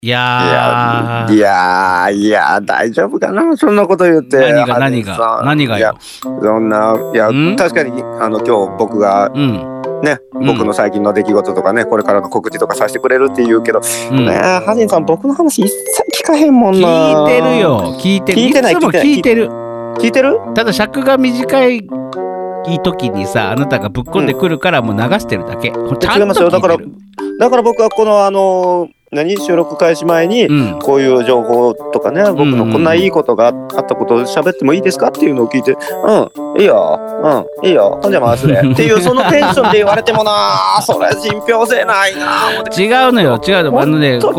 いや大丈夫かな、そんなこと言って。 何がよ。 そんな、確かに今日僕がね、僕の最近の出来事とかね、これからの告知とかさせてくれるって言うけど、ハジンさん僕の話一切聞かへんもんな。 聞いてるよ。聞いてない。いつも聞いてる。ただ尺が短い時にさ、あなたがぶっ込んでくるからもう流してるだけ。ちゃんと聞いてる。 だから僕はこの収録開始前にこういう情報とかね、僕のこんないいことがあったことを喋ってもいいですかっていうのを聞いて、いいよ、ほんじゃ回すでっていうそのテンションで言われてもな、それ信憑性ないな。 違うのよ。この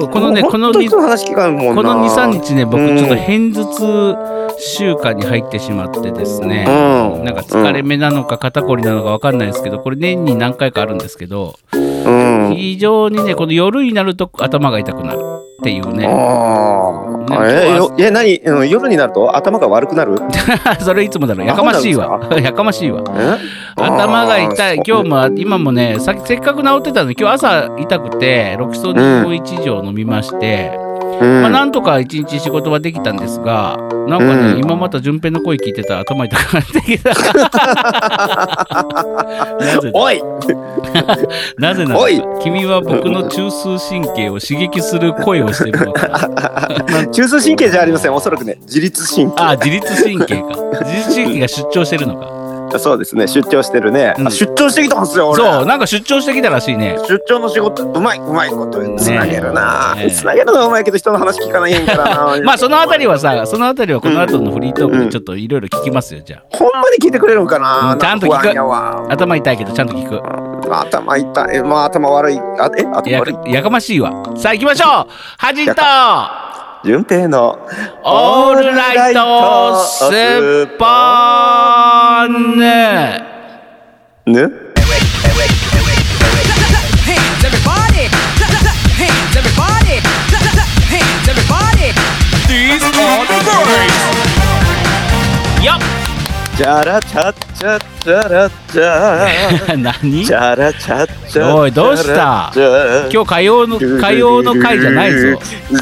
2、3日ね、僕ちょっと片頭痛週間に入ってしまってですね、なんか疲れ目なのか肩こりなのか分かんないですけど、これ年に何回かあるんですけど、非常にね、この夜になると頭が痛くなるっていうね。夜になると頭が悪くなるそれいつもだろ。やかましいわ。頭が痛い。今もね、せっかく治ってたのに今日朝痛くてロキソニンを1錠飲みまして、なんとか一日仕事はできたんですが、なんかね、今また順平の声聞いてたら頭痛くなってきた。なぜなのか。君は僕の中枢神経を刺激する声をしてるのか。 中枢神経じゃありません。おそらくね、自律神経。 自律神経か。自律神経が出張してるのか。 そうですね、出張してるね。出張してきたんすよ、俺。 そう、なんか出張してきたらしいね。 出張の仕事、うまいことつなげるな。つなげるのはうまいけど人の話聞かないんからな。 まあそのあたりはこの後のフリートークでちょっといろいろ聞きますよ、じゃあ。 ほんまに聞いてくれるんかな。 ちゃんと聞く。頭痛いけどちゃんと聞く。 頭痛い。頭悪い。 やかましいわ。さあ行きましょう。はじんと順平のオールライトスポーンね。よっ。 チャラチャッチャッチャラチャ何？ チャラチャッチャ。 おいどうした？今日火曜の回じゃないぞ。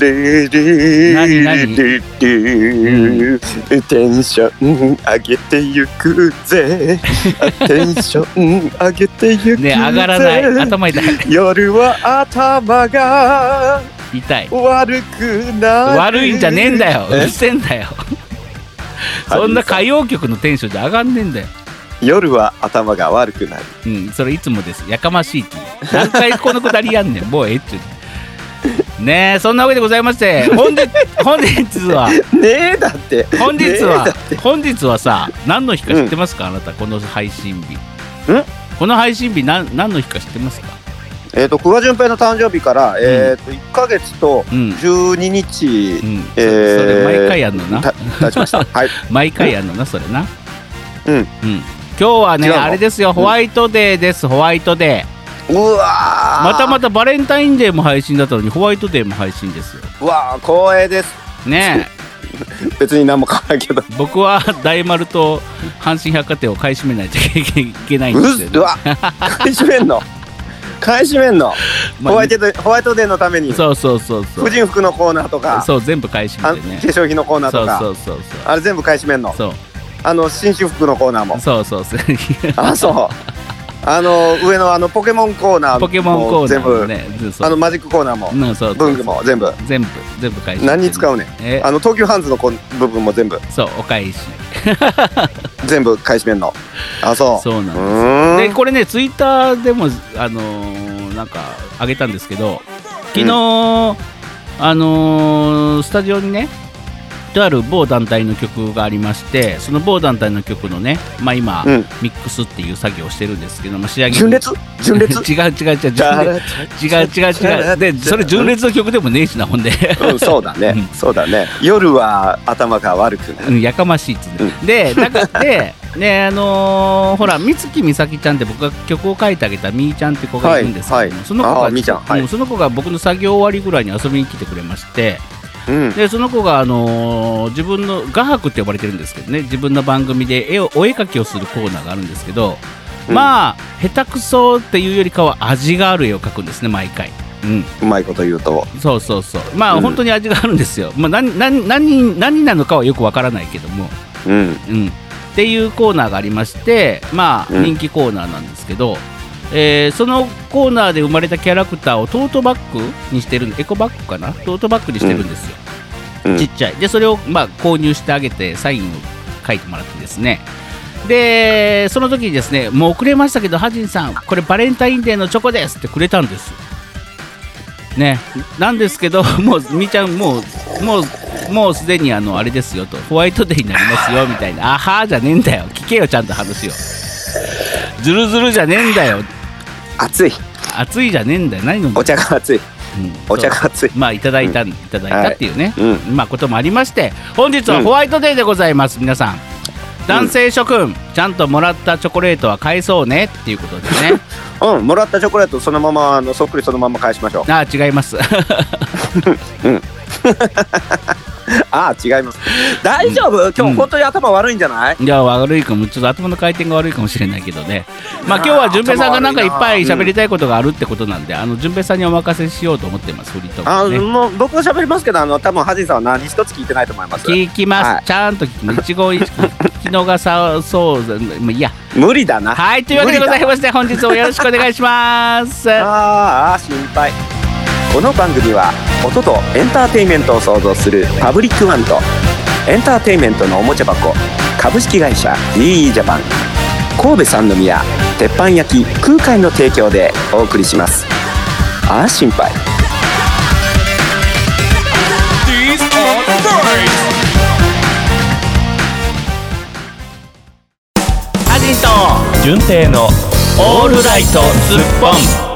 何？ テンション上げてゆくぜ。テンション上げてゆくぜ。 ね、上がらない。頭痛い。 夜は頭が痛い。 悪くなる。 悪いんじゃねえんだよ。うるせえんだよ。そんな歌謡曲のテンションじゃ上がんねえんだよ。 夜は頭が悪くなる。 それいつもです。やかましいっていう。何回このくだりやんねん。もうええっちゅう。ねえ、そんなわけでございまして、本日はねえだって本日はさ、何の日か知ってますか、あなた。この配信日。この配信日何の日か知ってますか。 久我淳平の誕生日から、1ヶ月と12日、 それ毎回やんのな。 経ちました。はい。 毎回やんのな、それな。今日はね、あれですよ、ホワイトデーです。ホワイトデー。 うわー。またバレンタインデーも配信だったのにホワイトデーも配信ですよ。 うわー、光栄ですねえ。別に何も変わらないけど、 僕は大丸と阪神百貨店を買い占めないといけないんですよ、ね。 うわ、買い占めんのホワイトデーのために。 そう婦人服のコーナーとか、 そう全部買い占めてね。 化粧品のコーナーとか、 そうあれ全部買い占めんの。 そう紳士服のコーナーも。 そうあ、そう上のポケモンコーナー全部ね、マジックコーナーも文具も全部買い占めて。 何に使うねん。東急ハンズの部分も全部。 そう、お返し全部買い占めんの。あ、そうなんです。でこれね、ツイッターでもなんかあげたんですけど、昨日スタジオにね、とある某団体の曲がありまして、その某団体の曲のね、今、ミックスっていう作業をしてるんですけど、仕上げ純烈違うで、それ純烈の曲でもねえしな、ほんで。 そうだね。夜は頭が悪くなる。 やかましいっつってでほら、三月美咲ちゃんって僕が曲を書いてあげたみーちゃんって子がいるんですけども、その子が僕の作業終わりぐらいに遊びに来てくれまして、でその子が、自分の画伯って呼ばれてるんですけどね、自分の番組でお絵描きをするコーナーがあるんですけど、下手くそっていうよりかは味がある絵を描くんですね、毎回。 うまいこと言うと。 そうまあ、本当に味があるんですよ。まあ、何なのかはよくわからないけども、っていうコーナーがありまして、まあ人気コーナーなんですけど、そのコーナーで生まれたキャラクターをトートバッグにしてる、エコバッグかな、トートバッグにしてるんですよ、ちっちゃい。でそれをまあ購入してあげてサインを書いてもらってですね、でその時にですね、もう遅れましたけどハジンさんこれバレンタインデーのチョコですってくれたんですね。なんですけど、もうみーちゃんもうすでにあれですよと、ホワイトデーになりますよみたいな、あはーじゃねえんだよ、聞けよちゃんと話を、ずるずるじゃねえんだよ、 熱いじゃねえんだよ、何飲んでお茶が熱い、お茶が熱い、 まあいただいたっていうね、まあこともありまして、本日はホワイトデーでございます。皆さん男性諸君、ちゃんともらったチョコレートは返そうねっていうことでねもらったチョコレートそのままそっくりそのまま返しましょう。 ああ違いますああ違います。大丈夫？今日本当に頭悪いんじゃない？ いや悪いかも、ちょっと頭の回転が悪いかもしれないけどね。まあ今日は順平さんがなんかいっぱい喋りたいことがあるってことなんで、順平さんにお任せしようと思ってます。フリートークね。 もう僕が喋りますけど、多分ハジンさんは何一つ聞いてないと思います。 聞きます、ちゃんと一期一会聞き逃さそうもういや無理だな。 はい、というわけでございまして、本日もよろしくお願いしますああ心配。この番組は音とエンターテインメントを創造するパブリックワンとエンターテインメントのおもちゃ箱株式会社 DE ジャパン、神戸三宮鉄板焼き空海の提供でお送りします。ああ心配。 ハジンと順平のオールライトスッポン。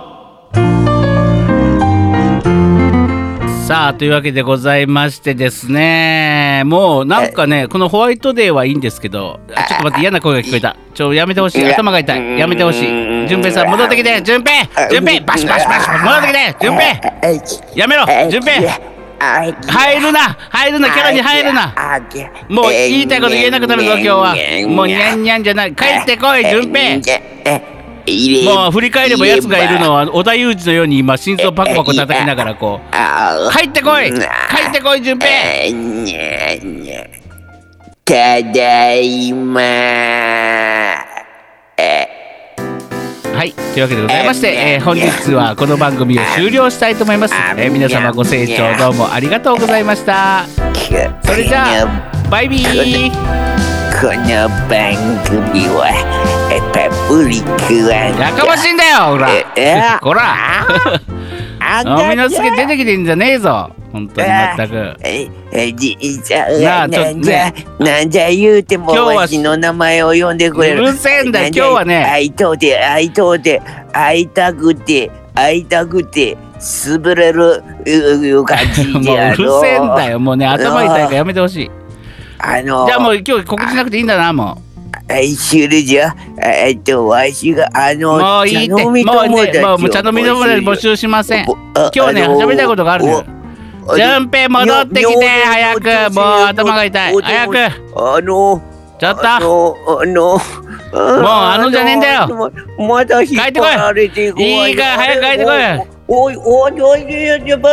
さあというわけでございましてですね、もうなんかね、このホワイトデーはいいんですけど、ちょっと待って、嫌な声が聞こえた。やめてほしい、頭が痛い、やめてほしい。順平さん戻ってきて、順平バシバシ戻ってきて、順平やめろ、順平入るなキャラに入るな。もう言いたいこと言えなくなるぞ今日は。もうニャンニャンじゃない、帰ってこい順平。もう振り返ればやつがいるのは織田裕二のように今心臓パコパコ叩きながらこう帰ってこい順平。 ただいま。 はい、というわけでございまして、本日はこの番組を終了したいと思います。皆様ご清聴どうもありがとうございました。それじゃあバイビー。 この番組はパブリックはやかましいんだよほらほら飲みのすけ出てきてんじゃねえぞ本当に全く。 なんじゃ言うてもわしの名前を呼んでくれる。 うるせえんだよ今日はね。 会いたくてすぶれる感じでやろう。 もううるせえんだよもうね、頭痛いからやめてほしい。じゃあもう今日告知しなくていいんだなもう。 それじゃわしがもういいって、もう茶飲み友達募集しません。今日ね喋りたいことがあるのよ。順平戻ってきて早く、もう頭が痛い早く。ちょっともうじゃねえんだよ。 まだ引っ張られてこいいから早く帰ってこい。 おい疲れる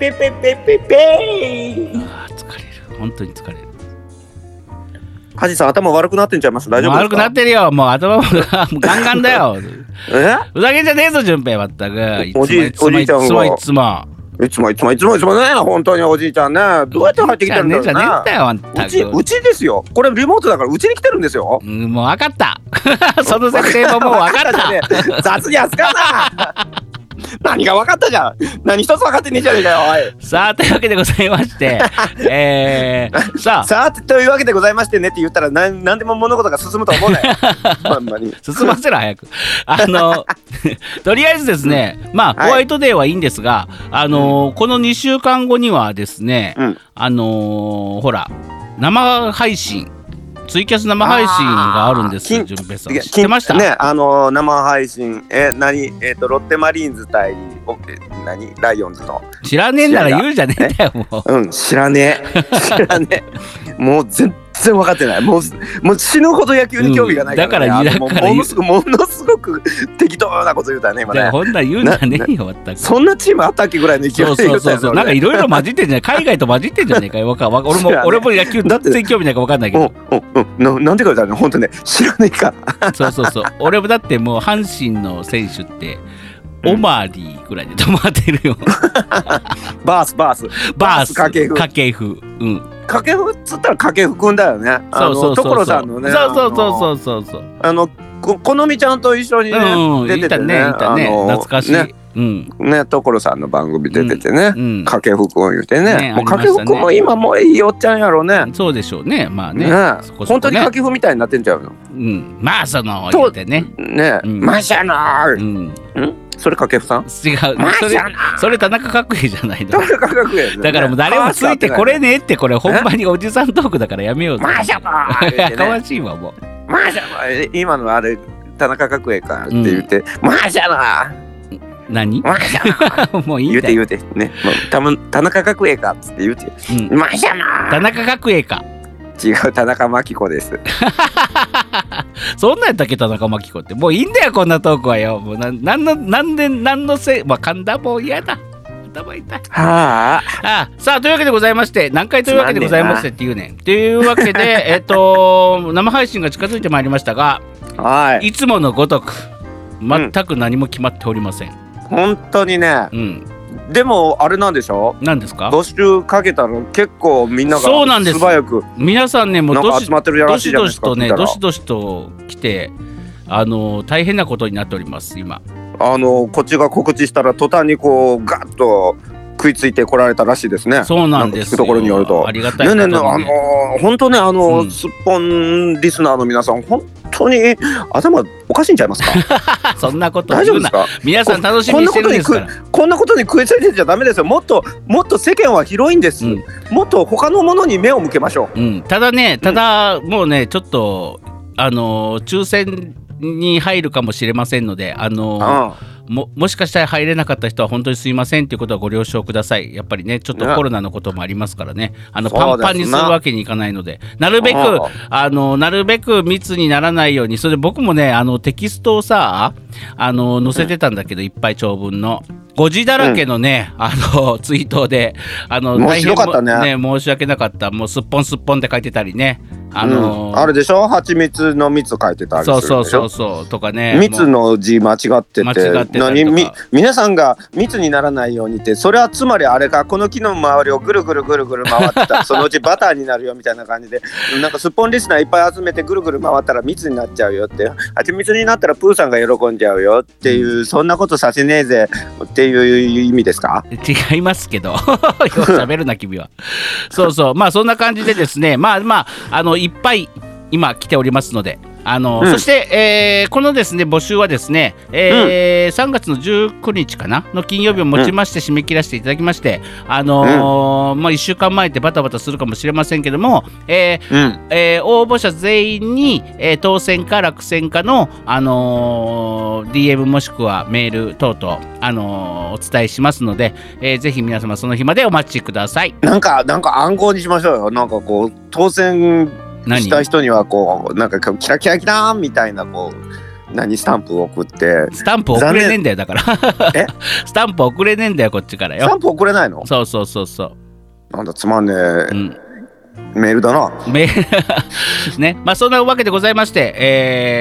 本当に疲れる。 ハジさん頭悪くなってんちゃいます？大丈夫ですか？ 悪くなってるよ、もう頭もガンガンだよふざけんじゃねえぞ順平、まったくおじいちゃんがいつもね、本当におじいちゃんね、どうやって入ってきてるんだろうね。うちですよ、これリモートだからうちに来てるんですよ。 もう分かったその設定ももう分かった雑に扱うな何が分かったじゃん。何一つ分かってねえじゃねえかよおい。 さあというわけでございましてさあというわけでございましてねって言ったら何でも物事が進むと思うなよほんまに進ませろ早くとりあえずですね、まあ、ホワイトデーはいいんですが、この2週間後にはですね、ほら生配信、ツイキャス生配信があるんですよ。順平さん知ってましたね。生配信ロッテマリーンズ対ライオンズの。 知らねえんなら言うじゃねえんだよもう。 知らねえもう全然分かってない。もう死ぬほど野球に興味がないから、ね、ものすごく適当なこと言うたね今ね。 ほんなら言うんじゃねえよ。 そんなチームあったっけぐらいの勢いで言うたよ。 そうなんかいろいろ混じってんじゃない。海外と混じってんじゃねえかよ。俺も野球全然興味ないか分かんないけど。 なんでか言うたらね、本当ね知らねえから。 そう俺もだってもう阪神の選手ってオマリーぐらいで止まってるよ。 バース掛布。 掛布っつったら掛布くんだよね。所さんのね。 そう。 好みちゃんと一緒にね出ててね。 懐かしい。 ね、所さんの番組出ててね、掛布くん言うてね。もう掛布くんも今もういいおっちゃんやろうね。 そうでしょうね。まあね。 本当に掛布みたいになってんちゃうの。 まあその言うてね。 ね、マシャナー。それ掛布さん？ 違う。それ田中角栄じゃないの。 田中角栄。 だからもう誰もついてこれねえって、これほんまにおじさんトークだからやめようぜ。 マシャナー。 やかましいわもう。 マシャナー。今のあれ田中角栄かって言ってマシャナー。 何？もういいんだよ。言うてね。もう田中角栄かっつって言うて。マシャナー。 田中角栄か。 違う、田中真紀子です。 そんなんやったっけ、田中真紀子って。もういいんだよこんなトークはよ。もうなんのせい、まあ神田も嫌だ。頭痛い。さあというわけでございまして、何回というわけでございましてっていうねん。というわけで生配信が近づいてまいりましたが、いつものごとく全く何も決まっておりません。 本当にね。でもあれなんでしょ？ 何ですか？ 募集かけたら結構みんなが素早く皆さんね、もう集まってるらしいじゃないですか。 どしどしと来て大変なことになっております今。 こっちが告知したら途端にこうガッと食いついてこられたらしいですね。 そうなんですよ。 聞くところによると。 ありがたいことにね。 本当ねすっぽんリスナーの皆さん本当に頭おかしいんちゃいますか？ そんなこと大丈夫ですか？ 皆さん楽しみにしてるんですから。 こんなことに食いついてちゃダメですよ。もっと世間は広いんです。もっと他のものに目を向けましょう。 ただもうねちょっと抽選に入るかもしれませんのでもしかしたら入れなかった人は本当にすいませんということはご了承ください。やっぱりねちょっとコロナのこともありますからね、パンパンにするわけにいかないので、なるべく密にならないように。それで僕もねテキストをさ載せてたんだけど、いっぱい長文の誤字だらけのね、ツイートで面白かったね。 申し訳なかった。もうすっぽんって書いてたりね、 あれでしょ、蜂蜜の蜜書いてたりするでしょ。 そうとかね、 蜜の字間違ってて皆さんが密にならないようにって、それはつまりあれか、この木の周りをぐるぐる回ってたらそのうちバターになるよみたいな感じで、なんかすっぽんリスナーいっぱい集めてぐるぐる回ったら密になっちゃうよって、蜂蜜になったらプーさんが喜んじゃうよっていう、そんなことさせねえぜっていう意味ですか？ 違いますけどよう喋るな君は。そうまあそんな感じでですね、まあいっぱい今来ておりますので、そして、このですね募集はですね、3月の19日かなの金曜日をもちまして締め切らせていただきまして、1週間前ってバタバタするかもしれませんけども、応募者全員に、当選か落選かの、DM もしくはメール等々、お伝えしますので、ぜひ皆様その日までお待ちください。 なんか暗号にしましょうよ。なんかこう当選した人にはこうなんかキラキラキラーンみたいなこうスタンプを送って。 スタンプ送れねえんだよだからスタンプ送れねえんだよこっちからよ。 スタンプ送れないの？ そうなんだつまんねえ、メールだな。 ね、まあそんなわけでございまして、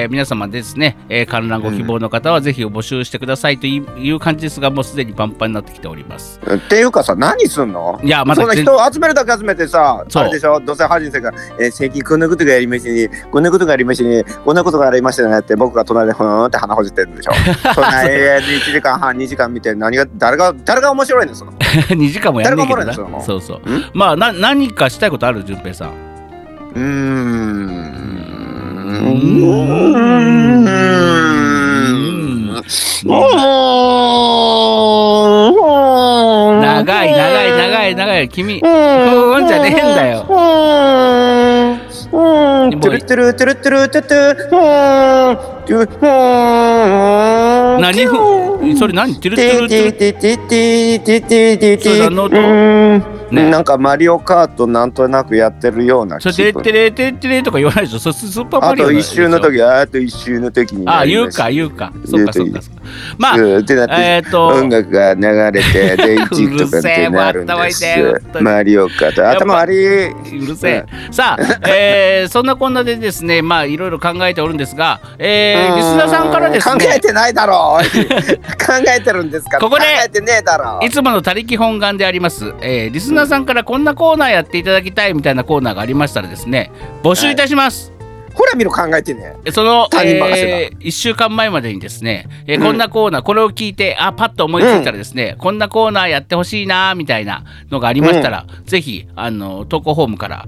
皆様ですね、観覧ご希望の方はぜひ募集してくださいという感じですが、もうすでにパンパンになってきております。 っていうかさ、何すんの？いや、まだそんな人を集めるだけ集めてさ、あれでしょ、どうせハジンさんが最近こんなことがありましてね、こんなことがありましてね、こんなことがありましたねって僕が隣でふーんって鼻ほじってるんでしょ。そんな1時間半2時間見て誰が面白いんですの 2時間もやんねえけどな。そうまあ何かしたいことある？順平さん。長い君じゃねえんだよ。トゥルトゥルトゥルトゥルトゥトゥ何それ何？トゥルトゥルトゥルそれ何の音？ なんかマリオカートなんとなくやってるような気分。 それテレテレテレとか言わないでしょ。スーパーマリオあと一周の時に言うかそうかまあ音楽が流れてデイジーとかってなるんですマリオカート頭悪い。 うるせえ。さあ、そんなこんなでですね、まあいろいろ考えておるんですが、リスナーさんからですね、 考えてないだろう考えてるんですか。 ここで考えてねえだろう。 いつもの他力本願であります、リスナーさんからこんなコーナーやっていただきたいみたいなコーナーがありましたらですね、募集いたします、 ほら見ろ、考えてね。 その、1週間前までにですね、こんなコーナー、これを聞いてパッと思いついたらですね、こんなコーナーやってほしいなみたいなのがありましたら、ぜひ投稿フォームから、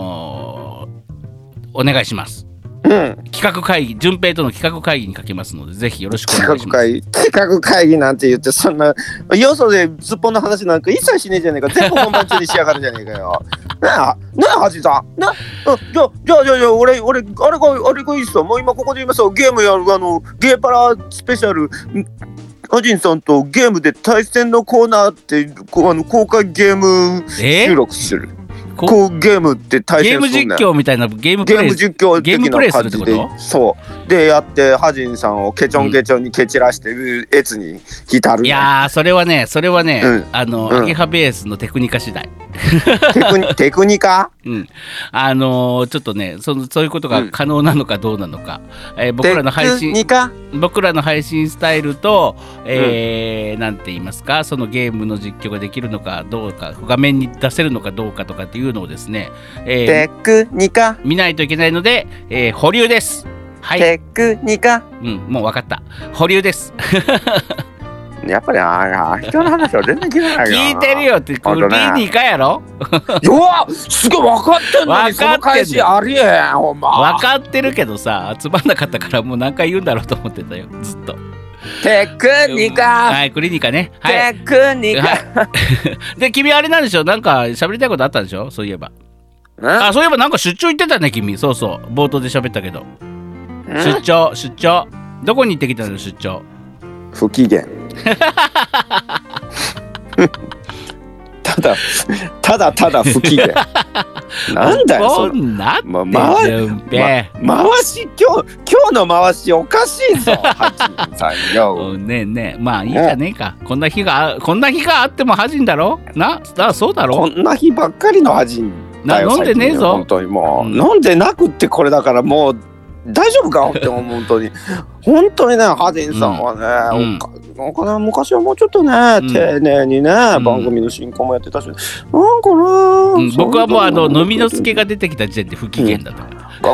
お願いします。企画会議、順平との企画会議にかけますので、ぜひよろしくお願いします。 企画会議なんて言って、そんなよそでズッポンの話なんか一切しねえじゃねえか。全部本番中に仕上がるじゃねえかよ。なあはじさんな、じゃあ俺あれがいいっすよ。もう今ここで言いますよ。ゲームやるゲーパラスペシャル、アジンさんとゲームで対戦のコーナーって公開ゲーム収録する。こうゲームって対戦するんだよ。 ゲーム実況みたいなゲームプレイするってこと？ そうでやってハジンさんをケチョンケチョンに蹴散らしてエツに浸る、 いやーそれはね、アゲハベースのテクニカ次第。 テクニカ？ ちょっとね、そういうことが可能なのかどうなのか、僕らの配信スタイルと、なんて言いますか、そのゲームの実況ができるのかどうか、画面に出せるのかどうかとかっていうのをですね、 テクニカ見ないといけないので、保留です。はい。 テクニカ。 もう分かった。保留です。 やっぱり人の話は全然聞かないよ。 聞いてるよって、これ2回やろ。 すごい分かってんのにその返しありえん、ほんま。 分かってるけどさ、つまんなかったからもう何回言うんだろうと思ってたよ、ずっと。 テクニカ。 はい、クリニカね。 テクニカ。 で、君あれなんでしょ、なんか喋りたいことあったんでしょ、そういえば。そういえばなんか出張行ってたね、君。そうそう、冒頭で喋ったけど。出張。どこに行ってきたの、出張。 不機嫌。ただ不機嫌。なんだよそれ。回し今日の回しおかしいぞ。ハジンさんよ。 ねえまあいいじゃねえか。こんな日があってもハジンだろ。そうだろ。 こんな日ばっかりのハジンだよ。 飲んでねえぞ。 本当にもう、飲んでなくってこれだからもう大丈夫かって思う。本当にね、ハジンさんはね、なんかね、昔はもうちょっとね、丁寧にね、番組の進行もやってたし、なんかね、 僕はもう飲みの助が出てきた時点で不機嫌だった。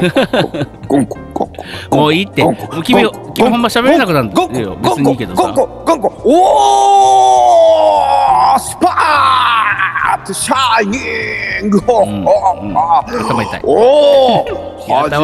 もういいって。君ほんま喋れなくなるんだよ。別にいいけどさ。 おースパーッシャイニング。 頭痛い。 おー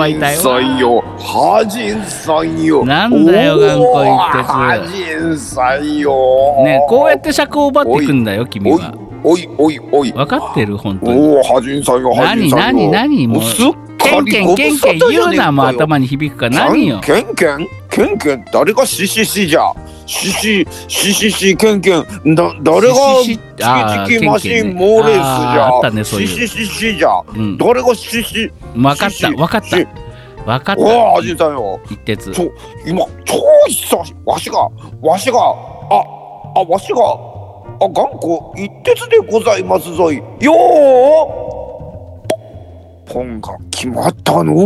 ハジンさんよ。 なんだよ、頑固一徹。 ハジンさんよ。 ね、こうやって尺を奪っていくんだよ、君は。 おい。 分かってる、本当に。 おー、ハジンさんよ。 何もう。ケンケン言うな、もう頭に響くか。何よ。 ケンケン誰がシじゃ。シケンケン誰がチキマシンモーレースじゃ。 あったね、そういう。 シじゃ。誰がシ。 分かった。 おー、ハジンさんよ。 一徹。 今超久しわしが頑固一徹でございますぞい。よーポンが決まったの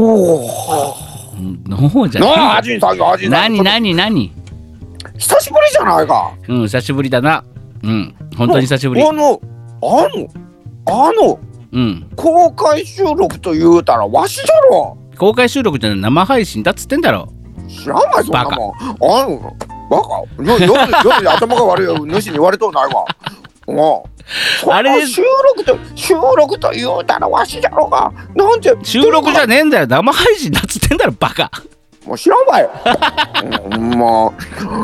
ーじゃない。 ハジンさんよ、ハジンさん。 何久しぶりじゃないか。 久しぶりだな。本当に久しぶり。 公開収録と言うたらわしじゃろ。 公開収録じゃない、生配信だっつってんだろ。 知らない、そんなもん。バカ。夜頭が悪いよ、主に言われとうないわ。あれ収録と言うたらわしじゃろうが。なんで収録じゃねえんだよ、生配信だっつってんだろ、バカ。 もう知らんわよ。も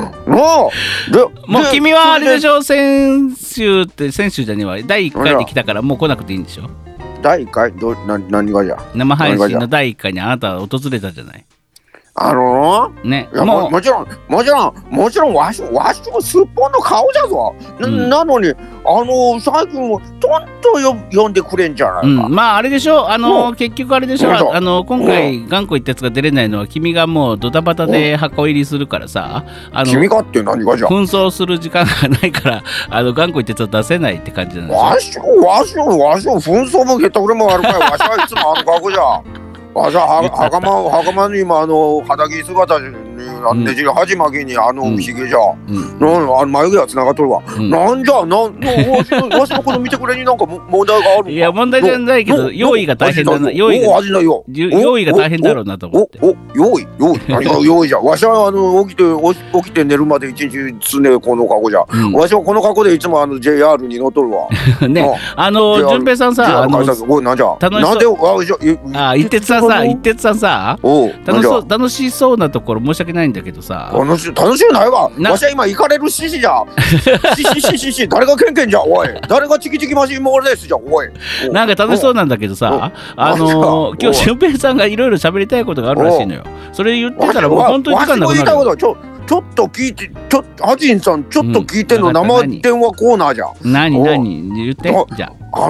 う君はあれでしょ、先週じゃねえわ、第1回で来たからもう来なくていいんでしょ。 第1回何がじゃ。 生配信の第1回にあなたは訪れたじゃない。 ね、 もちろんわしもすっぽんの顔じゃぞ。なのに最近もとんと呼んでくれんじゃないか。 まああれでしょ、結局あれでしょ、今回頑固一徹が出れないのは君がもうドタバタで箱入りするからさ、 君がって何がじゃ。 紛争する時間がないから頑固一徹は出せないって感じなんですよ。 わしを紛争もけた俺もあるかい。わしはいつも格好じゃ。わしは袴に今肌着姿にねじり鉢巻きにひげじゃ、眉毛はつながっとるわ。なんじゃわしのこの見てくれになんか問題がある。 いや問題じゃないけど用意が大変だな。用意が大変だろうなと思って。 用意じゃ。わしは起きて寝るまで一日常この格好じゃ。わしはこの格好でいつもJR に乗っとるわ。 ね、順平さんさ、 なんじゃ。なんで一徹さんさ、楽しそうなところ申し訳ないんだけどさ。 楽しくないわ。わしは今行かれる獅子じゃ。獅誰がケンケンじゃ。おい、誰がチキチキマシンモールですじゃ。おい。 なんか楽しそうなんだけどさ、今日順平さんがいろいろ喋りたいことがあるらしいのよ。それ言ってたらもう本当に時間なくなるよ。 ちょっと聞いて、ハジンさんちょっと聞いてんの、生電話コーナーじゃ。 何言ってじゃあ。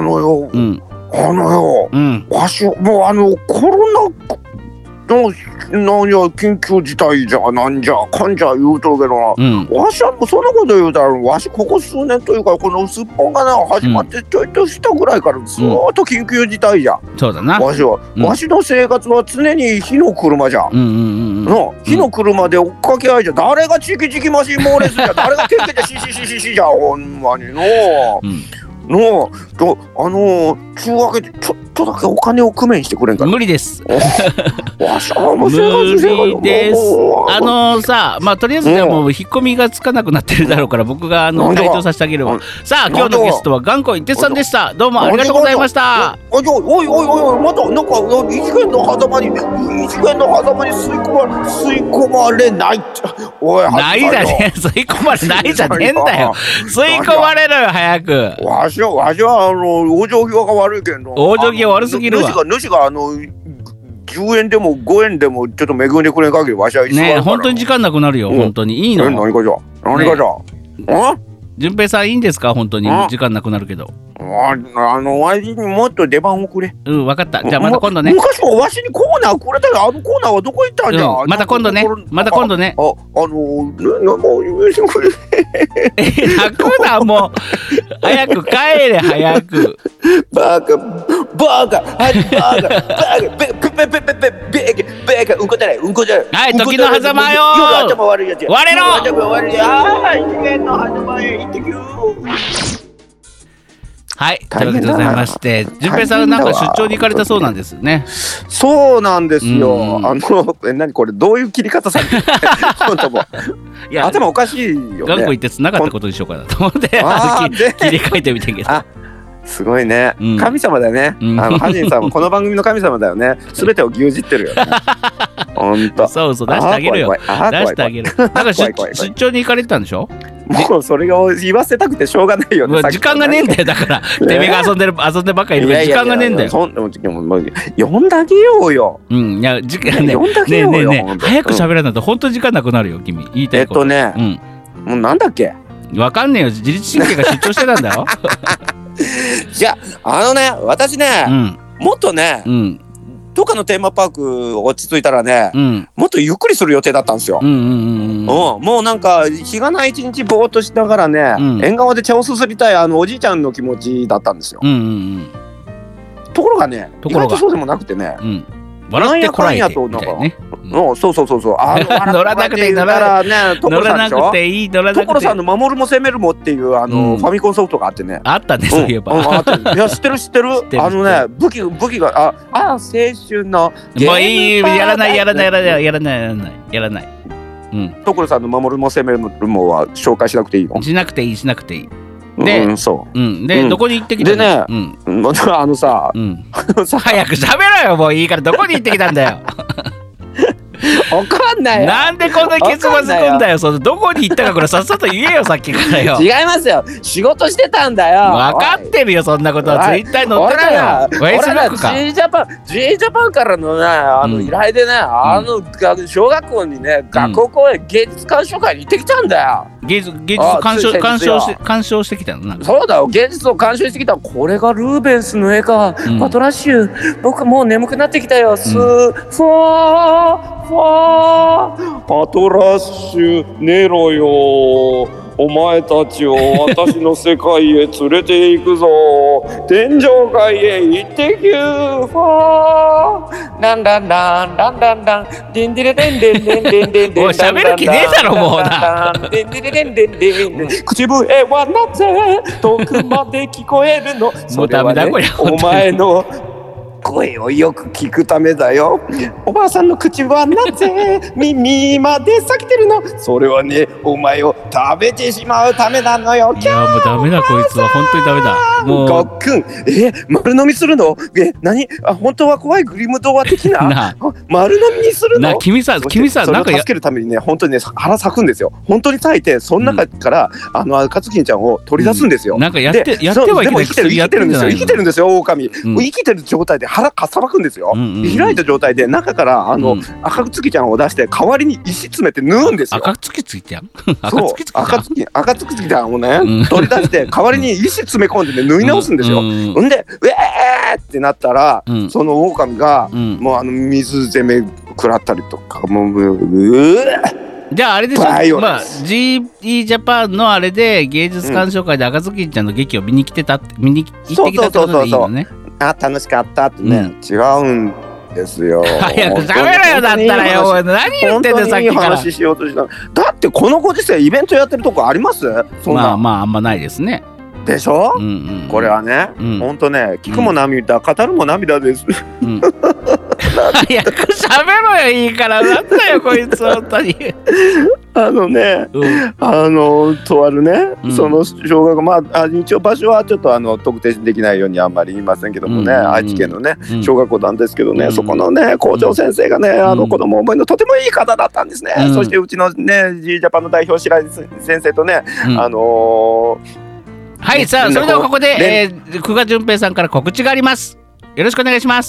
わしもうコロナなんや緊急事態じゃなんじゃかんじゃ言うとるけどな、わしはもうそんなこと言うたらわしここ数年というかこのすっぽんがな始まってちょいとしたぐらいからずっと緊急事態じゃ。 そうだな。 わしの生活は常に火の車じゃ。火の車で追っかけ合いじゃ。誰がチキチキマシンモーレスじゃ。誰がケンケンじゃシじゃ。ほんまにちゅうわけでちょっとだけお金を工面してくれんか。 無理です。 わしは無理です。さあとりあえずでも引っ込みがつかなくなってるだろうから僕が回答させてあげれば。さあ今日のゲストは頑固一徹さんでした。どうもありがとうございました。 おいまたなんか異次元の狭間に吸い込まれない。おいないじゃねえ。吸い込まれないじゃねえんだよ。吸い込まれろよ早く。 わしは往生際が悪いけど。 往生際悪すぎるわ。 主が10円でも5円でもちょっと恵んでくれん限りわしは一緒ねえ本当に時間なくなるよ。本当にいいの。 何かじゃ。 順平さんいいんですか。本当に時間なくなるけど。 わしにもっと出番をくれ。 分かった。じゃあまた今度ね。 昔もわしにコーナーくれたらコーナーはどこ行ったんじゃ。 また今度ね。もう泣くなもう。早く帰れ早く。 バカうんこじゃない。 はい時の狭間よ。割れろ。はいというわけでございまして順平さんなんか出張に行かれたそうなんですね。 そうなんですよ。何これどういう切り方されてる本当もいや頭おかしいよね。 頑固一徹なかったことにしようかなと思って切り替えてみてんけど。 すごいね、神様だよね。ハジンさんはこの番組の神様だよね。全てを牛耳ってるよね。本当。 そう出してあげるよ。出してあげる。なんか出張に行かれてたんでしょ。 もうそれを言わせたくてしょうがないよね。 時間がねえんだよだから。てめえが遊んでばっかりいるから時間がねえんだよ。 呼んであげようよ。 いや時間ね。ねえ早く喋らないと本当に時間なくなるよ君。言いたいこと。もうなんだっけ。 わかんねえよ。自律神経が出張してたんだよ。 じゃあ私ねもっとねどっかのテーマパーク落ち着いたらねもっとゆっくりする予定だったんですよ。もうなんか日がない一日ぼーっとしながらね縁側で茶をすすりたいおじいちゃんの気持ちだったんですよ。ところがね意外とそうでもなくてね笑ってこらえてみたいなね。 そう乗らなくていい乗らなくていい所さんの守るも攻めるもっていうファミコンソフトがあってね。 あったねそういえば。 いや知ってる武器が青春のもういいやらない。 所さんの守るも攻めるもは紹介しなくていいの。 しなくていい。で、でどこに行ってきたの？ でね、さ、 早く喋ろよもういいからどこに行ってきたんだよ。 わかんないよ。 なんでこんな結末つくんだよ。そのどこに行ったかこれさっさと言えよさっきからよ。 違いますよ。仕事してたんだよ。 分かってるよそんなことは。ツイッターに載ってたよ。 俺ら G ジャパンからのね依頼でね小学校にね学校公演芸術鑑賞会に行ってきたんだよ。 芸術鑑賞してきたのなんか。 そうだよ。芸術を鑑賞してきた。これがルーベンスの絵か。パトラッシュ。僕もう眠くなってきたよ。ファーパトラッシュ寝ろよ。お前たちを私の世界へ連れて行くぞ。天上界へ行ってきゅー。ファーランランランランランランデンデレデンデンデンデンデンデン。 おい喋る気ねえだろもうな。 デンデレデンデンデン。口笛はなぜ遠くまで聞こえるの。 もうダメだこれ。 お前の声をよく聞くためだよ。おばあさんの口はなぜ耳まで裂けてるの。それはねお前を食べてしまうためなのよ。 いやもうダメだこいつは本当にダメだ。もうごっくん丸飲みするの。何本当は怖いグリム童話的な丸飲みにするの。 君さそれを助けるためにね本当にね腹裂くんですよ。本当に裂いてその中から赤ずきんちゃんを取り出すんですよ。 なんかやってはいけない。 生きてるんですよ狼。生きてる状態で腹かっさばくんですよ。開いた状態で中から赤月ちゃんを出して代わりに石詰めて縫うんですよ。 赤月ついてやん。 そう赤月ちゃんをね取り出して代わりに石詰め込んでね縫い直すんですよ。ほんでウェーってなったらその狼がもう水攻め食らったりとかもうじゃああれでしょ、まあ G ジャパンのあれで芸術鑑賞会で赤ずきんちゃんの劇を見に行ってきたってことでいいのね。 楽しかったってね、違うんですよ。 早く喋れよだったらよ。何言ってんだよさっきから。 話しようとしただってこのご時世イベントやってるとこあります？ まああんまないですね。 でしょ、これはね、ほんとね聞くも涙、語るも涙です。 早く喋ろよいいから。なんだよこいつ本当に。 とあるね、その小学校一応場所はちょっと特定できないようにあんまり言いませんけどもね、愛知県のね小学校なんですけどね、そこのね校長先生がね子供思いのとてもいい方だったんですね。そしてうちのね G ジャパンの代表白井先生とねはいさあそれではここで久我淳平さんから告知があります。よろしくお願いします。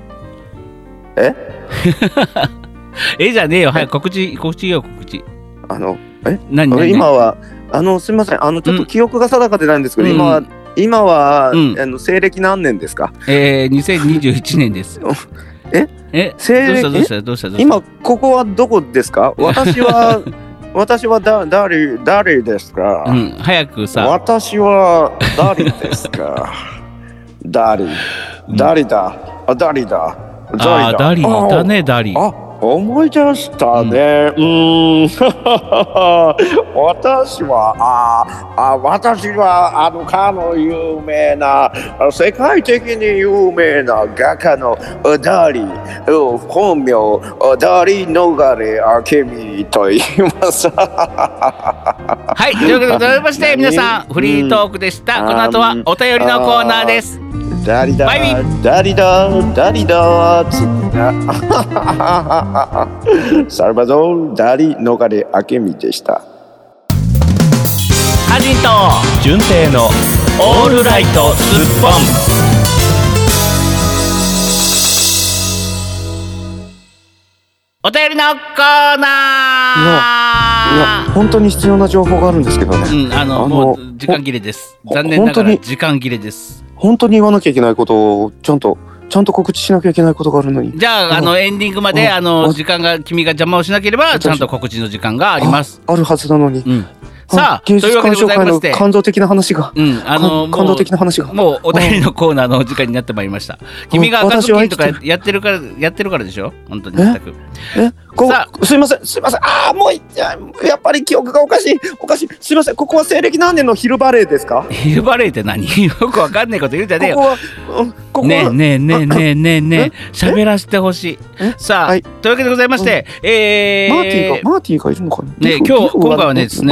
じゃねえよ。早く告知よ告知。 何今はすみませんちょっと記憶が定かでないんですけど、今は西暦何年ですか ？2021年です。 西暦どうした今ここはどこですか？私は誰ですか？ 早くさ。 私は誰ですか？誰だ誰だダリーだねダリー。 思い出したね。私はかの有名な世界的に有名な画家のダリ本名ダリ逃れ明美と言います。 はい、というわけでございまして皆さんフリートークでした。この後はお便りのコーナーです。 ダリだダリだつったサルバドールダリ逃れ明美でした。 ハジンと純正のオールライトスッポン。お便りのコーナー。 いや本当に必要な情報があるんですけどね。 もう時間切れです。残念ながら時間切れです。 本当に言わなきゃいけないことをちゃんと告知しなきゃいけないことがあるのに。 じゃあエンディングまで時間が君が邪魔をしなければちゃんと告知の時間があります。 あるはずなのに。 さあ芸術鑑賞会の感動的な話が感動的な話がもうお便りのコーナーのお時間になってまいりました。君が赤ずきんとかやってるからでしょ本当に全く。 すいませんもうやっぱり記憶がおかしいすいません。ここは西暦何年の昼バレーですか？ 昼バレーって何？よくわかんないこと言うんじゃねえよ。ねえ喋らせてほしい。さあというわけでございましてマーティがいるのかな。 今回はですねど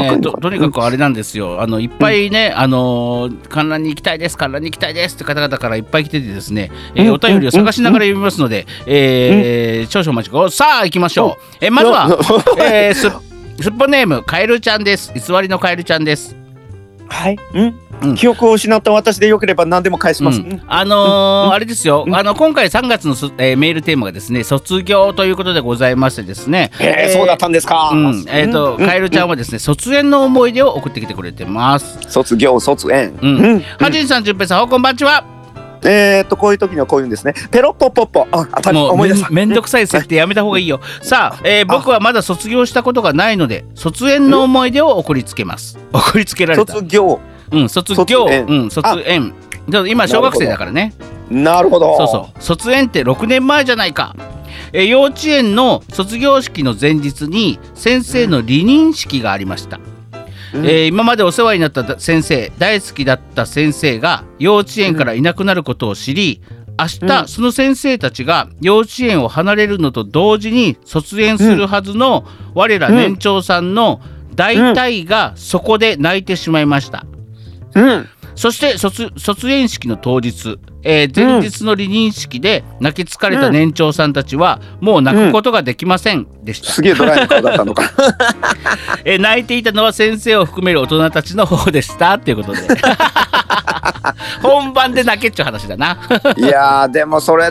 とにかくあれなんですよ、いっぱいね、観覧に行きたいです観覧に行きたいですって方々からいっぱい来ててですね、お便りを探しながら読みますので、少々お待ちください。さあ行きましょう。まずは、すっぽネームカエルちゃんです。偽りのカエルちゃんです。 はい、記憶を失った私でよければ何でも返します。 あれですよ、今回3月のメールテーマがですね、卒業ということでございましてですね、 そうだったんですか。 カエルちゃんはですね、卒園の思い出を送ってきてくれてます。 卒業卒園。 はじんさん、じゅんぺいさん、こんばんちは。 こういう時にはこういうんですね。ペロッポッポッポ。 もうめんどくさい設定やめた方がいいよ。さあ、僕はまだ卒業したことがないので、卒園の思い出を送りつけます。送りつけられた。 卒業。 卒園。今小学生だからね。 なるほど。 そうそう。卒園って6年前じゃないか。幼稚園の卒業式の前日に先生の離任式がありました。今までお世話になった先生、大好きだった先生が幼稚園からいなくなることを知り、明日その先生たちが幼稚園を離れるのと同時に卒園するはずの我ら年長さんの大体がそこで泣いてしまいました。そして卒園式の当日、前日の離任式で泣き疲れた年長さんたちはもう泣くことができませんでした。 すげえドライな顔だったのか。 泣いていたのは先生を含める大人たちの方でしたっていうことで。本番で泣けっちゅう話だな。 いやでもそれって、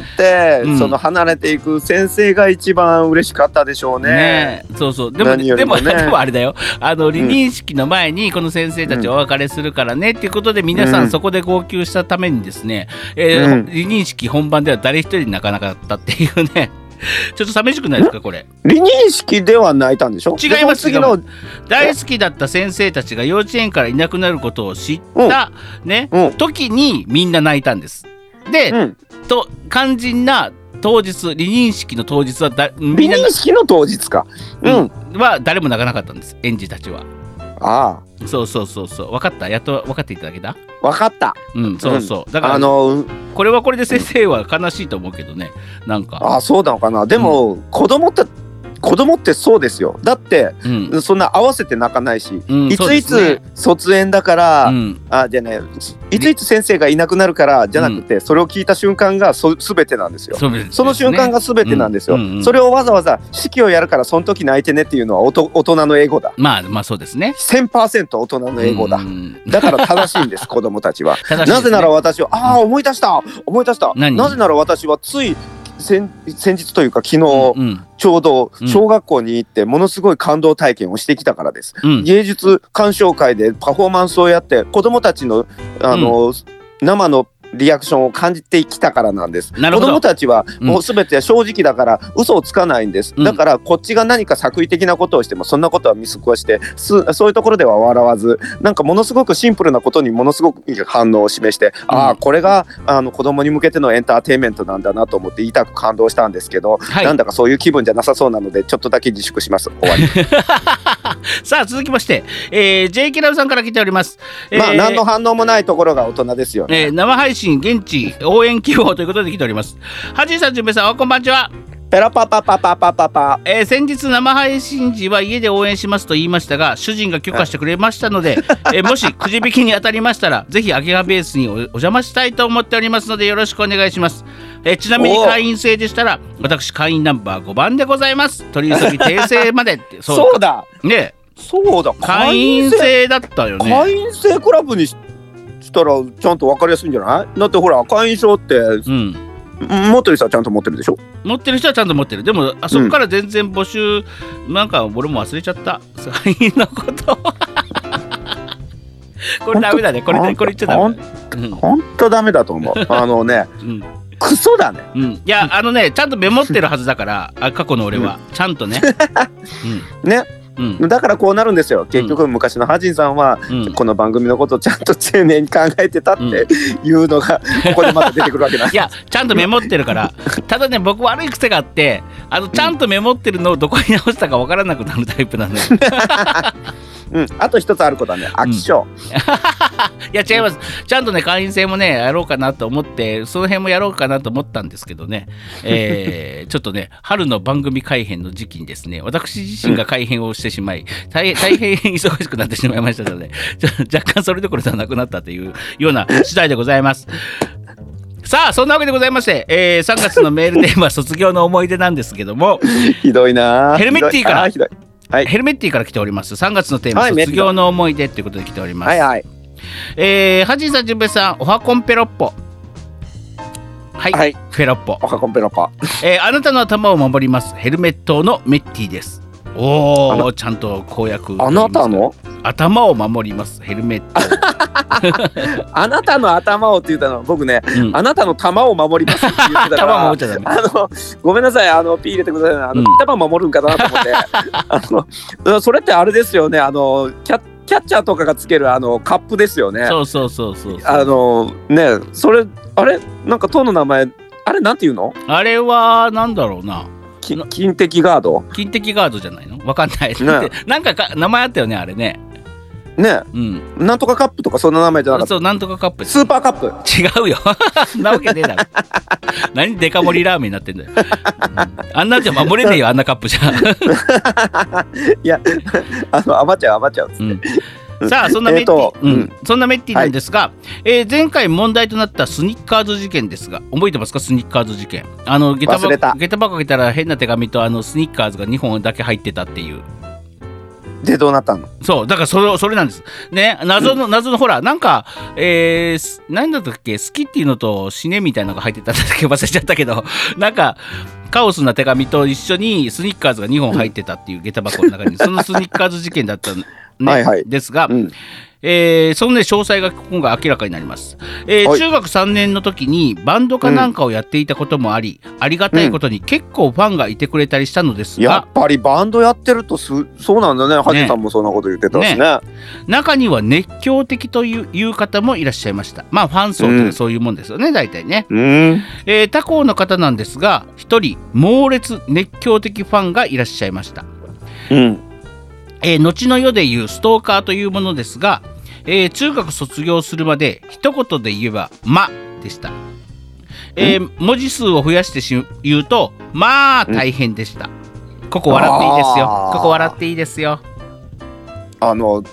その離れていく先生が一番嬉しかったでしょうね。 そうそう。でもあれだよ、離任式の前にこの先生たちお別れするからねっていうことで、皆さんそこで号泣したためにですね、離任式本番では誰一人泣かなかったっていうね。ちょっと寂しくないですかこれ。 離任式では泣いたんでしょ。 違います。大好きだった先生たちが幼稚園からいなくなることを知った、時にみんな泣いたんです。で、肝心な当日、離任式の当日は離任式の当日か、 は誰も泣かなかったんです、園児たちは。そう分かった。やっと分かっていただけた。 分かった。 そうだからこれはこれで先生は悲しいと思うけどね、なんか。 そうなのかな。でも、子供ってそうですよ。だって、そんな合わせて泣かないし、いついつ卒園だから、じゃね、いついつ先生がいなくなるからじゃなくて、それを聞いた瞬間が全てなんですよ。その瞬間が全てなんですよ。それをわざわざ式をやるからその時泣いてねっていうのは大人のエゴだ。 まあそうですね。 1000% 大人のエゴだ。だから正しいんです。子供たちは。なぜなら私は思い出した。なぜなら私はつい先日というか昨日、ちょうど小学校に行ってものすごい感動体験をしてきたからです。芸術鑑賞会でパフォーマンスをやって子どもたちの生のリアクションを感じてきたからなんです。子供たちはもう全て正直だから嘘をつかないんです。だからこっちが何か作為的なことをしてもそんなことは見過ごして、そういうところでは笑わず、なんかものすごくシンプルなことにものすごく反応を示して、これが子供に向けてのエンターテインメントなんだなと思って痛く感動したんですけど、なんだかそういう気分じゃなさそうなのでちょっとだけ自粛します。終わり。 さあ続きまして、JK ラブさんから来ております。 何の反応もないところが大人ですよね。 生配信現地応援希望ということで来ております。はじいさん、じゅんぺいさん、こんばんちは。 ペラパパパパパパパ。 先日生配信時は家で応援しますと言いましたが、主人が許可してくれましたので、もしくじ引きに当たりましたらぜひアゲハベースにお邪魔したいと思っておりますのでよろしくお願いします。ちなみに会員制でしたら私会員ナンバー5番でございます。取り急ぎ訂正までって。 そうだね。 そうだ、 会員制だったよね。 会員制クラブにしたらちゃんと分かりやすいんじゃない？だってほら会員証って、持ってる人はちゃんと持ってるでしょ。 持ってる人はちゃんと持ってる。でもあそこから全然募集、なんか俺も忘れちゃった会員のことこれダメだね。これ言っちゃダメだ。 ほんとダメだと思う。クソだね。 いやちゃんとメモってるはずだから過去の俺は、ちゃんとね。 ね。だからこうなるんですよ。結局昔のハジンさんは、この番組のことをちゃんと丁寧に考えてたっていうのがここでまた出てくるわけなんです。 いやちゃんとメモってるから。ただね、僕悪い癖があってちゃんとメモってるのをどこに直したか分からなくなるタイプなんで。 あと一つあることはね、飽き性。 いや違います。ちゃんとね会員制もねやろうかなと思って、その辺もやろうかなと思ったんですけどね、ちょっとね春の番組改編の時期にですね、私自身が改編をしてしまい、大変忙しくなってしまいましたので、若干それどころではなくなったというような次第でございます。さあそんなわけでございまして、3月のメールテーマ卒業の思い出なんですけどもひどいな。 ヘルメッティから、 はい、 ヘルメッティから来ております。3月のテーマ、卒業の思い出ということで来ております。ハジーさん、じゅんべいさん、おはこんぺろっぽ。はい、ペロッポ。 おはこんぺろっぽ。 あなたの頭を守りますヘルメットのメッティです。おお、ちゃんと公約。 あなたの頭を守りますヘルメット。 あなたの頭をって言ったの僕ね、あなたの玉を守りますって言ってたからごめんなさい、ピー入れてくださいね、玉守るんかなと思ってそれってあれですよね、キャッチャーとかがつけるカップですよね。 そうね、それあれなんか党の名前あれなんていうの？ あれはなんだろうな。 金的ガード？ 金的ガードじゃないの？わかんない。ね、なんか名前あったよねあれね。 ね、なんとかカップとかそんな名前じゃなかった。 そう、なんとかカップ。 スーパーカップ。 違うよ。なわけねえだろ。何デカ盛りラーメンになってんだよ。あんなんじゃ守れねえよ、あんなカップじゃ。 いや、余っちゃうっつって。 さあそんなメッティ、そんなメッティなんですが、前回問題となったスニッカーズ事件ですが、覚えてますか？スニッカーズ事件。下駄箱開けたら変な手紙とスニッカーズが2本だけ入ってたっていう。 でどうなったの？ そうだからそれなんですね。謎のほらなんか何だったっけ、好きっていうのと死ねみたいなのが入ってたんだっけ、忘れちゃったけど、なんかカオスな手紙と一緒にスニッカーズが2本入ってたっていう下駄箱の中に、そのスニッカーズ事件だったですが、そのね詳細が今回明らかになります。中学3年の時にバンドかなんかをやっていたこともあり、ありがたいことに結構ファンがいてくれたりしたのですが、 やっぱりバンドやってるとそうなんだね。ハジさんもそんなこと言ってたしね。 中には熱狂的という方もいらっしゃいました。まあファン層ってそういうもんですよね、大体ね。他校の方なんですが、一人猛烈熱狂的ファンがいらっしゃいました。後の世でいうストーカーというものですが、中学卒業するまで一言で言えば「ま」でした。文字数を増やして言うとまあ大変でした。ここ笑っていいですよ。ここ笑っていいですよ。分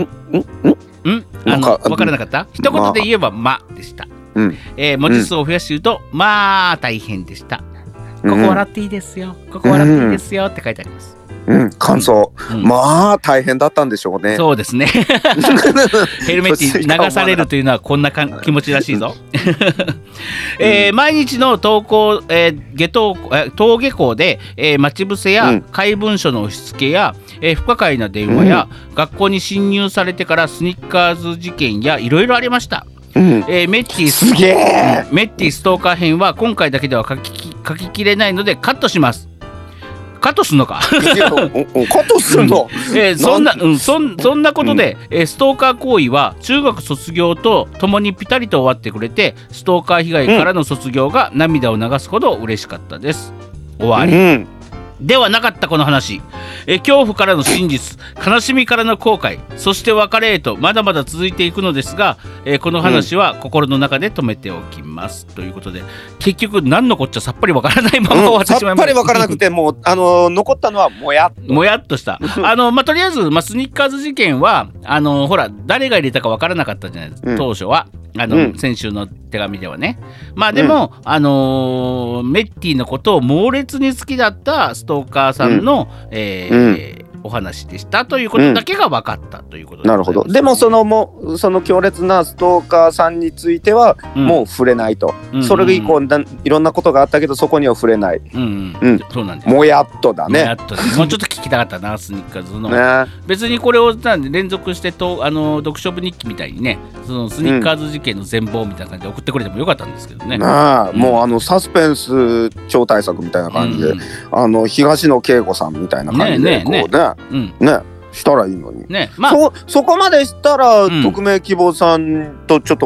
からなかった？一言で言えば「ま」でした。文字数を増やして言うとまあ大変でした。ここ笑っていいですよ。ここ笑っていいですよって書いてあります。 感想、まあ大変だったんでしょうね。 そうですね。ヘルメッティ流されるというのはこんな気持ちらしいぞ。毎日の登校、登下校で、待ち伏せや怪文書の押し付けや、不可解な電話や、学校に侵入されてからスニッカーズ事件やいろいろありました。メッティストーカー編は今回だけでは書ききれないのでカットします。カットすんのか。カットすんの、 そんなことで、ストーカー行為は中学卒業とともにピタリと終わってくれて、ストーカー被害からの卒業が涙を流すほど嬉しかったです。終わり、ではなかったこの話、恐怖からの真実、悲しみからの後悔、そして別れへとまだまだ続いていくのですが、この話は心の中で止めておきます、ということで、結局何のこっちゃさっぱりわからないまま終わってしまいました。さっぱりわからなくて、もう残ったのはもやっとしたとりあえず、スニッカーズ事件はほら誰が入れたかわからなかったじゃないですか、当初は。先週の手紙ではね。まあでも、メッティのことを猛烈に好きだったストーカーさんの、お話でしたということだけが分かったということで、 なるほど。でもその強烈なストーカーさんについてはもう触れないと、それ以降いろんなことがあったけどそこには触れない。 そうなんです。 もやっとだね。 もうちょっと聞きたかったな、スニッカーズの、別にこれを連続して読書部日記みたいにね、そのスニッカーズ事件の全貌みたいな感じで送ってくれてもよかったんですけどね。 もうサスペンス超大作みたいな感じで、東野圭吾さんみたいな感じでこうねしたらいいのに、そこまでしたら、匿名希望さんとちょっと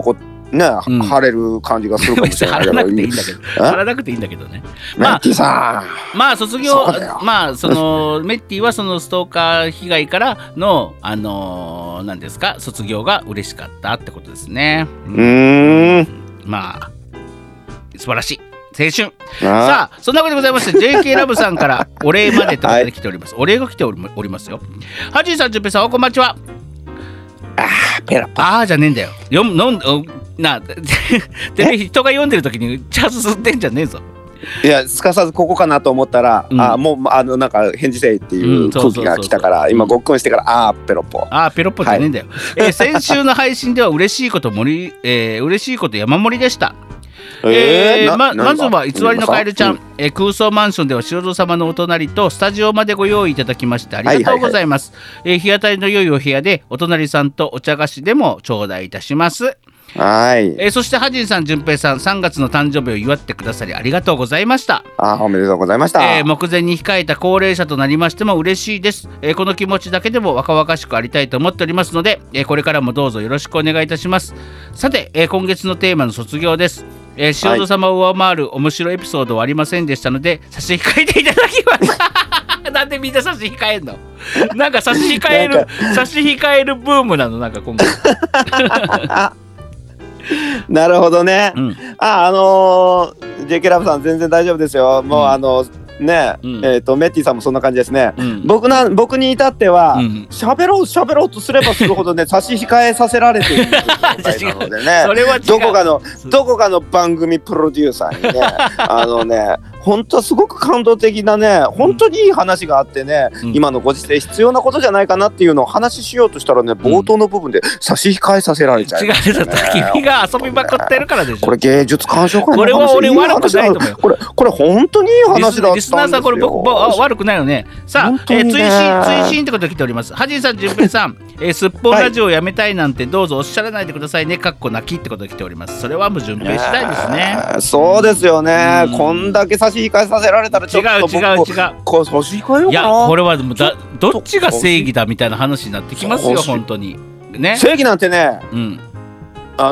ね、晴れる感じがするかもしれないけど。 晴らなくていいんだけど。晴らなくていいんだけどね。 メッティさん。まあ卒業、まあそのメッティはそのストーカー被害からの何ですか、卒業が嬉しかったってことですね。まあ素晴らしい。青春。さあそんなことでございまして JK ラブさんからお礼までということで来ております。お礼が来ておりますよ。ハジーさん、ジュンペイさん、おこんばんちは。 ペラパじゃねえんだよ。てめえ人が読んでる時にチャンス吸ってんじゃねえぞ。 いや、すかさずここかなと思ったら、もうなんか返事せいっていう空気が来たから、今ごっくんしてからペロッポペロッポじゃねえんだよ。先週の配信では嬉しいこと山盛りでした。まずは偽りのカエルちゃん、空想マンションでは塩蔵様のお隣とスタジオまでご用意いただきましてありがとうございます。日当たりの良いお部屋でお隣さんとお茶菓子でも頂戴いたします。そしてハジンさん、ジュンペイさん、3月の誕生日を祝ってくださりありがとうございました。 おめでとうございました。 目前に控えた高齢者となりましても嬉しいです。この気持ちだけでも若々しくありたいと思っておりますので、これからもどうぞよろしくお願いいたします。さて、今月のテーマの卒業です。塩蔵様を上回る面白いエピソードはありませんでしたので差し控えていただきますなんでみんな差し控えんの？なんか差し控えるブームなの、なんか今回なるほどね。JK ラブさん全然大丈夫ですよ。もうメッティさんもそんな感じですね。僕に至っては喋ろうとすればするほどね差し控えさせられている状態なのでねそれはどこかの番組プロデューサーにね本当はすごく感動的なね、本当にいい話があってね、今のご時世必要なことじゃないかなっていうのを話しようとしたらね、冒頭の部分で差し控えさせられちゃう、ね。 違う、君が遊びまくってるからでしょ。 これ芸術鑑賞会の話。 これは俺悪くないと思うよ。 これ本当にいい話だったんですよ。 リスナーさん、これ僕悪くないよね。さあ、追伸ってことで来ております。ハジンさん、ジュンペイさん、すっぽんラジオをやめたいなんてどうぞおっしゃらないでくださいね。かっこ泣きってことで来ております。それはもうジュンペイ次第ですね。 そうですよね。こんだけ差し控えさせられたらちょっと違う。 こう差し控えようかな。いや、 これはでもどっちが正義だみたいな話になってきますよ、本当に。ね。 正義なんてね。正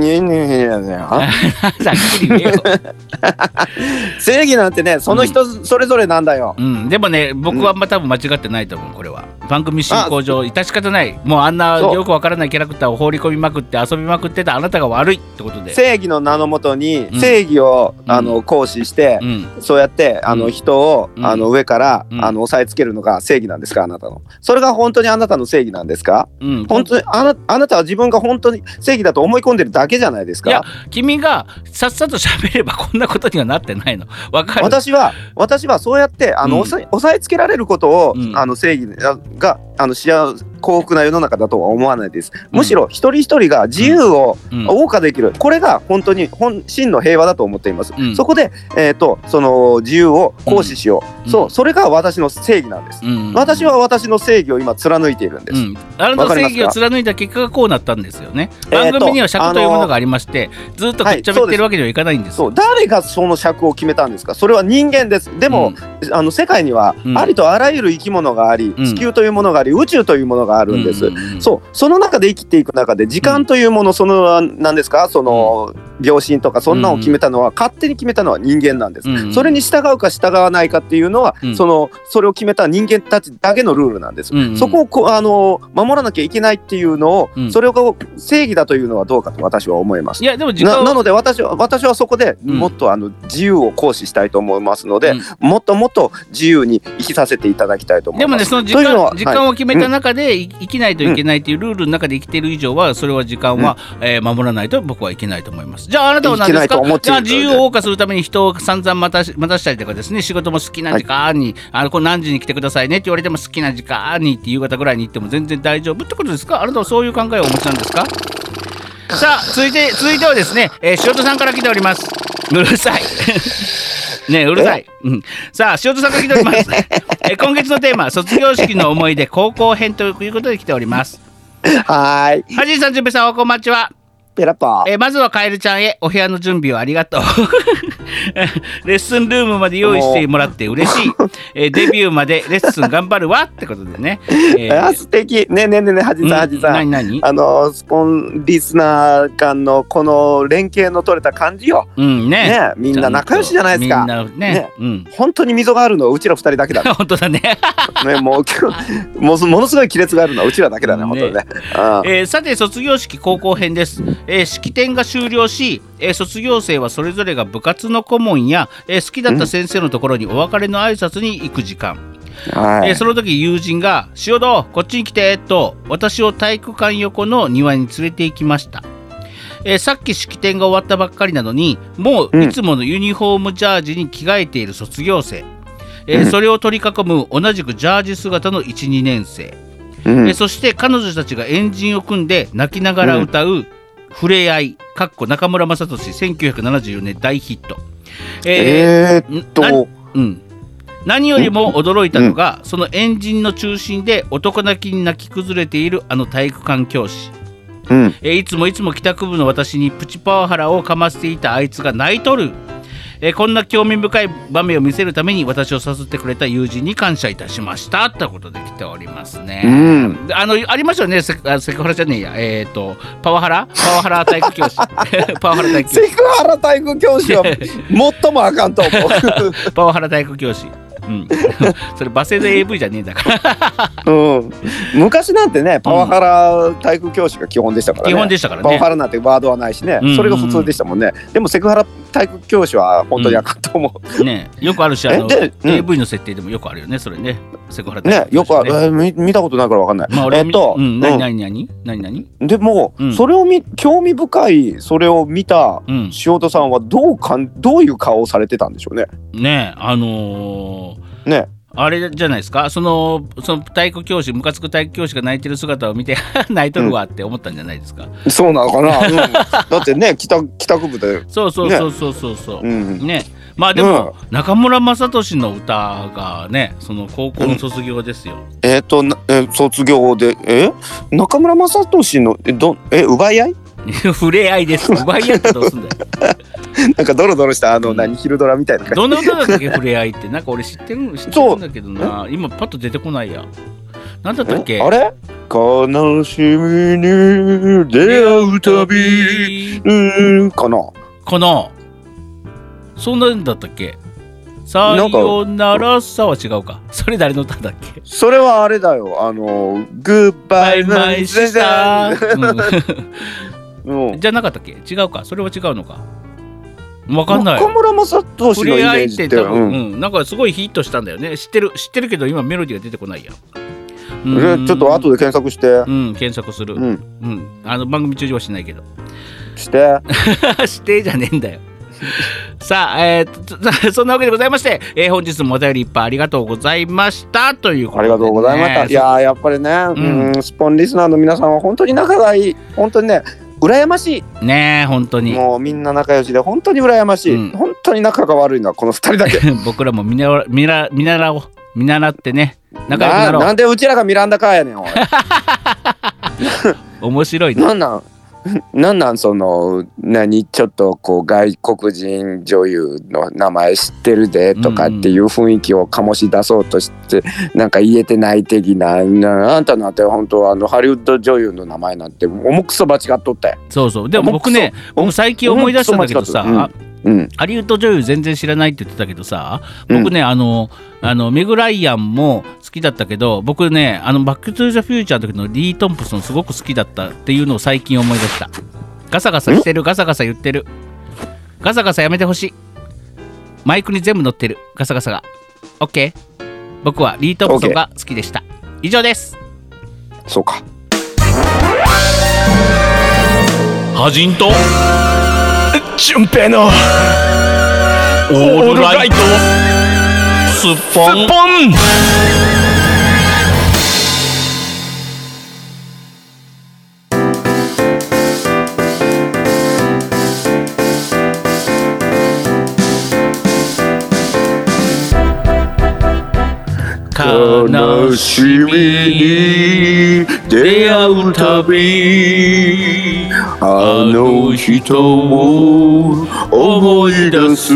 義なんてね、その人それぞれなんだよ。 でもね、僕は多分間違ってないと思う。これは番組進行上致し方ない。もうあんなよくわからないキャラクターを放り込みまくって遊びまくってたあなたが悪いってことで、 正義の名のもとに正義を行使してそうやって人を上から押さえつけるのが正義なんですか、あなたの。それが本当にあなたの正義なんですか。本当にあなたは自分が本当に正義だと思い込んでるだけじゃないですか。 いや、君がさっさと喋ればこんなことにはなってないの。わかる。 私はそうやって押さえつけられることを正義が幸福な世の中だとは思わないです。むしろ一人一人が自由を謳歌できる、これが本当に真の平和だと思っています。そこでその自由を行使しよう、それが私の正義なんです。私は私の正義を今貫いているんです。 あなたの正義を貫いた結果がこうなったんですよね。番組には尺というものがありまして、ずっとくっちゃべってるわけにはいかないんです。 誰がその尺を決めたんですか。それは人間です。でも世界にはありとあらゆる生き物があり、地球というものがあり、宇宙というものがあるんです。その中で生きていく中で時間というもの、何ですか、その秒針とかそんなのを決めたのは、勝手に決めたのは人間なんです。それに従うか従わないかっていうのは、それを決めた人間たちだけのルールなんです。そこを守らなきゃいけないっていうのを、それを正義だというのはどうかと私は思います。 いやでもなので私はそこでもっと自由を行使したいと思いますので、もっともっと自由に生きさせていただきたいと思います。 でもね、その時間を決めた中で生きないといけないというルールの中で生きている以上は、それは時間は守らないと僕はいけないと思います。じゃああなたは何ですか。じゃあ自由を謳歌するために人を散々待たしたりとかですね、仕事も好きな時間に、これ何時に来てくださいねって言われても好きな時間にって夕方ぐらいに行っても全然大丈夫ってことですか。あなたはそういう考えをお持ちなんですか。さあ続いてはですね、塩田さんから来ております。うるさいねえ、うるさい。さあ塩田さんから来ております今月のテーマ、卒業式の思い出高校編ということで来ております。 はい。 はじいさん、じゅんぺいさん、おこんばんちは。 ペラパまずはカエルちゃんへお部屋の準備をありがとうレッスンルームまで用意してもらって嬉しい、デビューまでレッスン頑張るわってことでね、 素敵ねはじさん、 何スポンリスナー間のこの連携の取れた感じよ、ね、みんな仲良しじゃないですか。 みんなね、 本当に溝があるのはうちら2人だけだね。 本当だねものすごい亀裂があるのはうちらだけだね、本当にね。 さて卒業式高校編です。式典が終了し、卒業生はそれぞれが部活の顧問や、好きだった先生のところにお別れの挨拶に行く時間、その時友人が塩戸こっちに来てと私を体育館横の庭に連れて行きました。さっき式典が終わったばっかりなのにもういつものユニフォームジャージに着替えている卒業生、それを取り囲む同じくジャージ姿の 1,2 年生、そして彼女たちが円陣を組んで泣きながら歌うふれあい中村雅俊1974年大ヒット。何よりも驚いたのが、その円陣の中心で男泣きに泣き崩れているあの体育館教師、いつも帰宅部の私にプチパワハラをかましていたあいつが泣いとる。こんな興味深い場面を見せるために私を誘ってくれた友人に感謝いたしましたということで来ておりますね。ありましたよね、セクハラじゃねえや、パワハラ体育教師パワハラ体育教師セクハラ体育教師は最もあかんと思うパワハラ体育教師それバセで AV じゃねえんだから昔なんてねパワハラ体育教師が基本でしたからね。 基本でしたからね。 パワハラなんてワードはないしね、それが普通でしたもんね。でもセクハラ体育教師は本当にあかんと思う、 ね。よくあるしAV の設定でもよくあるよねそれね。セクハラ体育教師ねよくある、見たことないから分かんない。 何でも、それを興味深いそれを見た塩戸さんはどういう顔をされてたんでしょうね。 ねあれじゃないですか、その体育教師ムカつく体育教師が泣いてる姿を見て泣いとるわって思ったんじゃないですか。 そうなのかな、だってね帰宅部でそうね。まあでも、中村雅俊の歌がねその高校の卒業ですよ。 卒業で中村雅俊の奪い合い触れ合いです。奪い合ってどうすんだよなんかドロドロした昼ドラみたいな感じ。 どんな歌だったっけ触れ合いって。なんか俺知ってるんだけどな、今パッと出てこないや。なんだったっけ。 あれ悲しみに出会うたびかなそんなんだったっけ。さよならさは違うか。それ誰の歌だっけ。それはあれだよ、グッバイマイシサーじゃなかったっけ。違うか。それは違うのか。わかんない。中村雅俊のイメージってなんかすごいヒットしたんだよね。知ってるけど今メロディーが出てこないや。ちょっと後で検索して。検索する。番組中はしないけど。してじゃねえんだよ。さあ、そんなわけでございまして、本日もお便りいっぱいありがとうございましたということで、ね、ありがとうございました。いややっぱりね、スポンリスナーの皆さんは本当に仲がいい。本当にね羨ましいね。本当にもうみんな仲良しで本当に羨ましい、本当に仲が悪いのはこの2人だけ僕らも見習ってね仲良くなろう。なんでうちらがミランダカーやねんおい面白いね。なんそのちょっとこう外国人女優の名前知ってるでとかっていう雰囲気を醸し出そうとしてなんか言えてない的な、あんたなんて本当ハリウッド女優の名前なんて重くそ間違っとったよ。そうでも僕最近思い出したんだけどさ、ハリウッド女優全然知らないって言ってたけどさ、僕ねメグライアンも好きだったけど、僕ねバックトゥーザフューチャーの時のリー・トンプソンすごく好きだったっていうのを最近思い出した。ガサガサしてる、ガサガサ言ってる、ガサガサやめてほしい。マイクに全部乗ってるガサガサが OK。 僕はリー・トンプソンが好きでした。以上です。そうか。ハジンと純平のオールライトスッポン悲しみに出会うたびあの人を思い出す。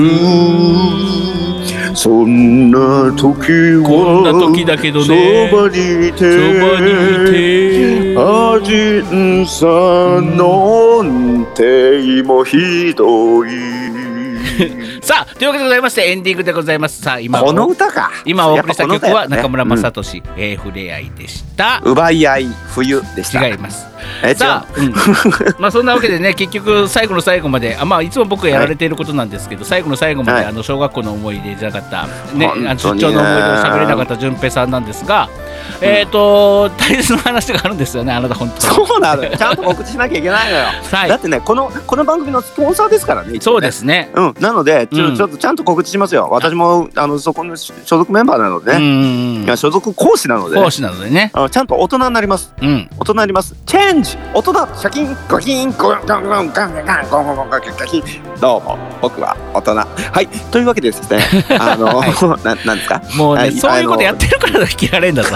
そんな時こんなは時だけどね、 そばにいて人さなんてもひどい。 さあというわけでございましてエンディングでございます。さあ今この歌か。 今お送りした曲は中村雅俊、触れ合いでした。 奪い合い冬でした。 違います。さあ、まあそんなわけでね、結局最後の最後まで、まあいつも僕がやられていることなんですけど、最後の最後まで小学校の思い出じゃなかったね、出張の思い出を喋れなかった順平さんなんですが、大切な話があるんですよね、あなた本当に。 そうなのよ。ちゃんと告知しなきゃいけないのよ。だってね、この番組のスポンサーですからね。 そうですね。 なのでちょっとちゃんと告知しますよ。私もそこの所属メンバーなのでね、所属講師なのでね、ちゃんと大人になります。大人になります。チェンジ大人シャキンゴキンゴンゴンゴンガンガンガンゴンゴンゴンガンガンキン。どうも僕は大人。はいというわけでですね、なんですか、 もうね、そういうことやってるから引きられんだぞ。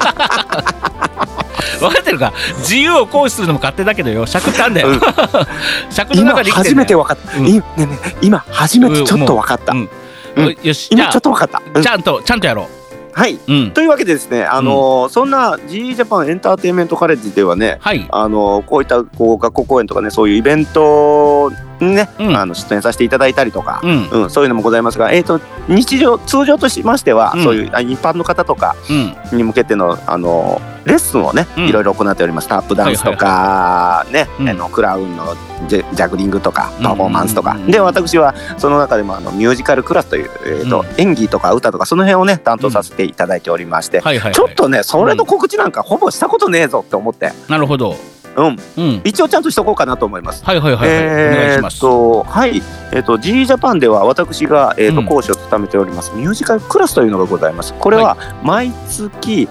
分かってるか。自由を行使するのも勝手だけどよ、尺ってあんだよ。尺の中で生きてんだよ。 今初めて分かった。今初めてちょっと分かった。 よし、 今ちょっと分かった。 ちゃんとやろう。 はい、というわけでですね、そんな GE ジャパンエンターテインメントカレッジではね、こういった学校公演とかね、そういうイベントにね、出演させていただいたりとか、そういうのもございますが、通常としましては、そういう一般の方とかに向けてのレッスンをね、いろいろ行っております。タップダンスとかね、クラウンのジャグリングとかパフォーマンスとかで、私はその中でもミュージカルクラスという演技とか歌とかその辺をね担当させていただいておりまして、ちょっとねそれの告知なんかほぼしたことねえぞって思って。 なるほど。 一応ちゃんとしとこうかなと思います。 お願いします。 GE ジャパンでは私が講師を務めておりますミュージカルクラスというのがございます。これは毎月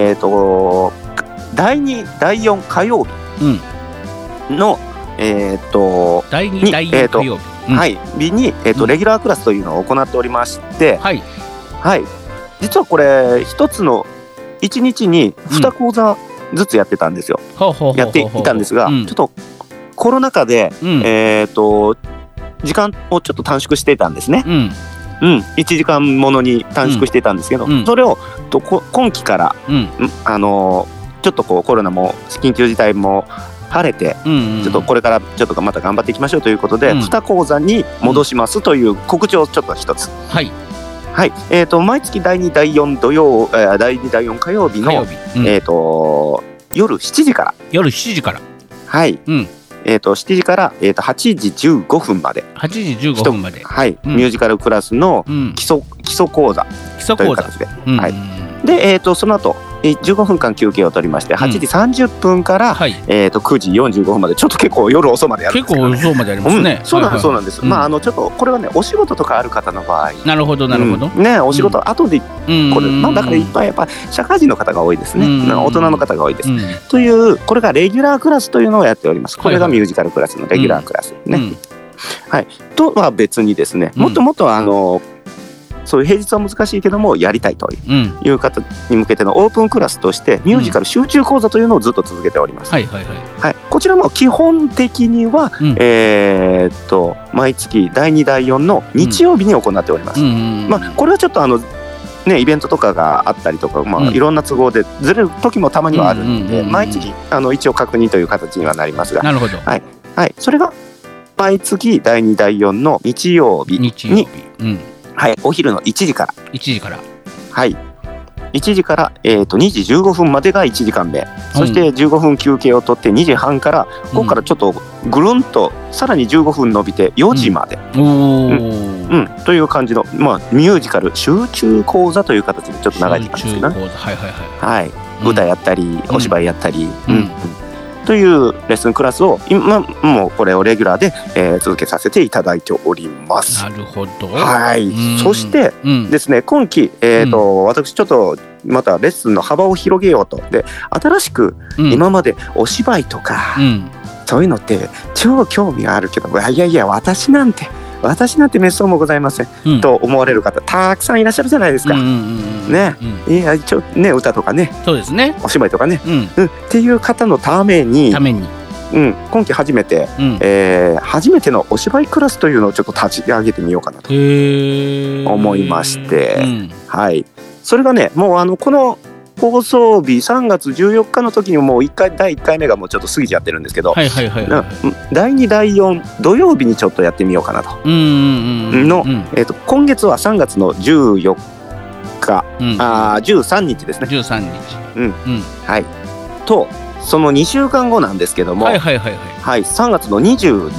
第2第4火曜日の第2第4火曜日日にレギュラークラスというのを行っておりまして、実はこれ一つの1日に2講座ずつやってたんですよ。やっていたんですが、ちょっとコロナ禍で時間をちょっと短縮していたんですね。1時間ものに短縮していたんですけど、それを今期からちょっとコロナも緊急事態も晴れて、ちょっとこれからちょっとまた頑張っていきましょうということで、2講座に戻しますという告知をちょっと一つ。毎月第2第4土曜第2第4火曜日の夜7時から7時から8時15分までミュージカルクラスの基礎講座という形で、でその後15分間休憩を取りまして8時30分から9時45分まで、ちょっと結構夜遅までやるんですけどね。 結構遅までやりますね。 そうなんです。ちょっとこれはねお仕事とかある方の場合、 なるほどね、お仕事後でこれだからいっぱいやっぱ社会人の方が多いですね。大人の方が多いです。というこれがレギュラークラスというのをやっております。これがミュージカルクラスのレギュラークラスね。とは別にですね、もっともっとそういう平日は難しいけどもやりたいという方に向けてのオープンクラスとしてミュージカル集中講座というのをずっと続けております。こちらも基本的には毎月第2第4の日曜日に行っております。これはちょっとイベントとかがあったりとか、いろんな都合でずれる時もたまにはあるので、毎月一応確認という形にはなりますが、それが毎月第2第4の日曜日にお昼の1時から1時から2時15分までが1時間目、そして15分休憩を取って2時半からここからちょっとぐるんとさらに15分伸びて4時までという感じのミュージカル集中講座という形でちょっと長い時間ですけどね、歌やったりお芝居やったりというレッスンクラスを今もうこれをレギュラーで続けさせていただいております。 なるほど。 そしてですね、今期私ちょっとまたレッスンの幅を広げようとで、新しく今までお芝居とかそういうのって超興味があるけど、いや私なんて滅相もございません、と思われる方たくさんいらっしゃるじゃないですか。歌とかね、 そうですね、 お芝居とかね、っていう方のために今期初めて、初めてのお芝居クラスというのをちょっと立ち上げてみようかなと思いまして、はい、それがねもうこの放送日3月14日の時にもう第1回目がもうちょっと過ぎちゃってるんですけど、第2第4土曜日にちょっとやってみようかなとの、今月は3月の14日、13日ですね。 13日、 はい、とその2週間後なんですけども、3月の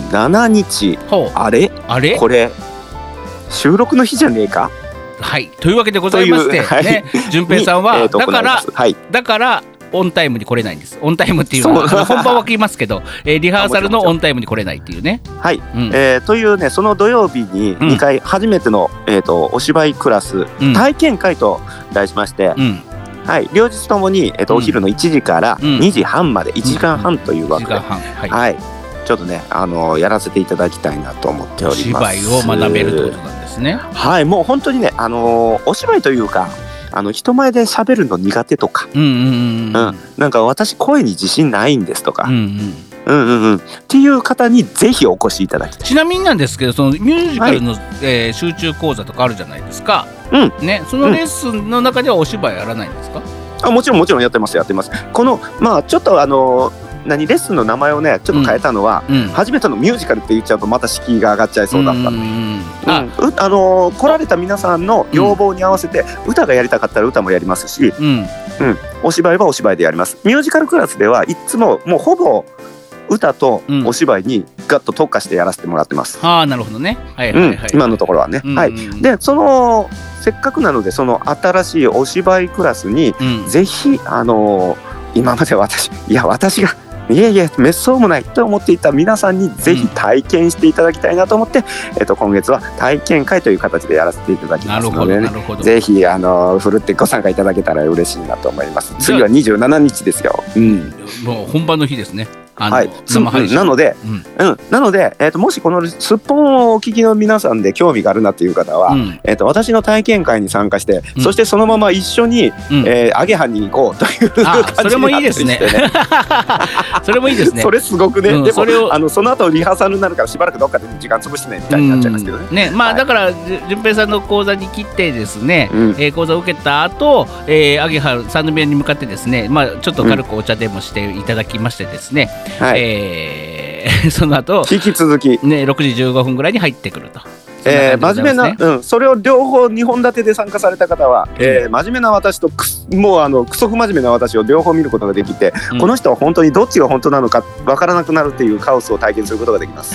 27日、あれこれ収録の日じゃねえか。 はい、というわけでございましてね、順平さんはだからオンタイムに来れないんです。オンタイムっていうのは本番は来ますけど、リハーサルのオンタイムに来れないっていうね。 はい、というね、その土曜日に2回初めてのお芝居クラス体験会と題しまして、はい、両日ともにお昼の1時から2時半まで1時間半というわけで、はい、ちょっとねやらせていただきたいなと思っております。 お芝居を学べるってことなんですね。 はい、もう本当にねお芝居というか人前で喋るの苦手とか、なんか私声に自信ないんですとか、っていう方にぜひお越しいただきたい。 ちなみになんですけど、そのミュージカルの、集中講座とかあるじゃないですか。ね、そのレッスンの中ではお芝居やらないんですか？ もちろんやってます。このちょっとレッスンの名前をねちょっと変えたのは、初めてのミュージカルって言っちゃうとまた敷居が上がっちゃいそうだったんで、来られた皆さんの要望に合わせて、歌がやりたかったら歌もやりますし、お芝居はお芝居でやります。ミュージカルクラスではいつももうほぼ歌とお芝居にガッと特化してやらせてもらってます。 なるほどね。 今のところはね。でせっかくなのでその新しいお芝居クラスに、ぜひ今まで私がいえ滅相もないと思っていた皆さんにぜひ体験していただきたいなと思って、今月は体験会という形でやらせていただきますので、ね、ぜひふるってご参加いただけたら嬉しいなと思います。次は27日ですよ。 もう本番の日ですね。 はい、なので、もしこのすっぽんをお聞きの皆さんで興味があるなという方は、私の体験会に参加して、そしてそのまま一緒に、アゲハに行こうという感じになってそれもいいですね。それもいいですね。 それすごくね。でもその後リハーサルになるからしばらくどっかで時間潰してねみたいになっちゃいますけどね。 だから順平さんの講座に来てですね、講座を受けた後、アゲハ三宮に向かってですね、ちょっと軽くお茶でもしていただきましてですね。その後引き続き、 6時15分ぐらいに入ってくると。 真面目な、それを両方2本立てで参加された方は、真面目な私ともうクソ不真面目な私を両方見ることができて、この人は本当にどっちが本当なのか分からなくなるっていうカオスを体験することができます。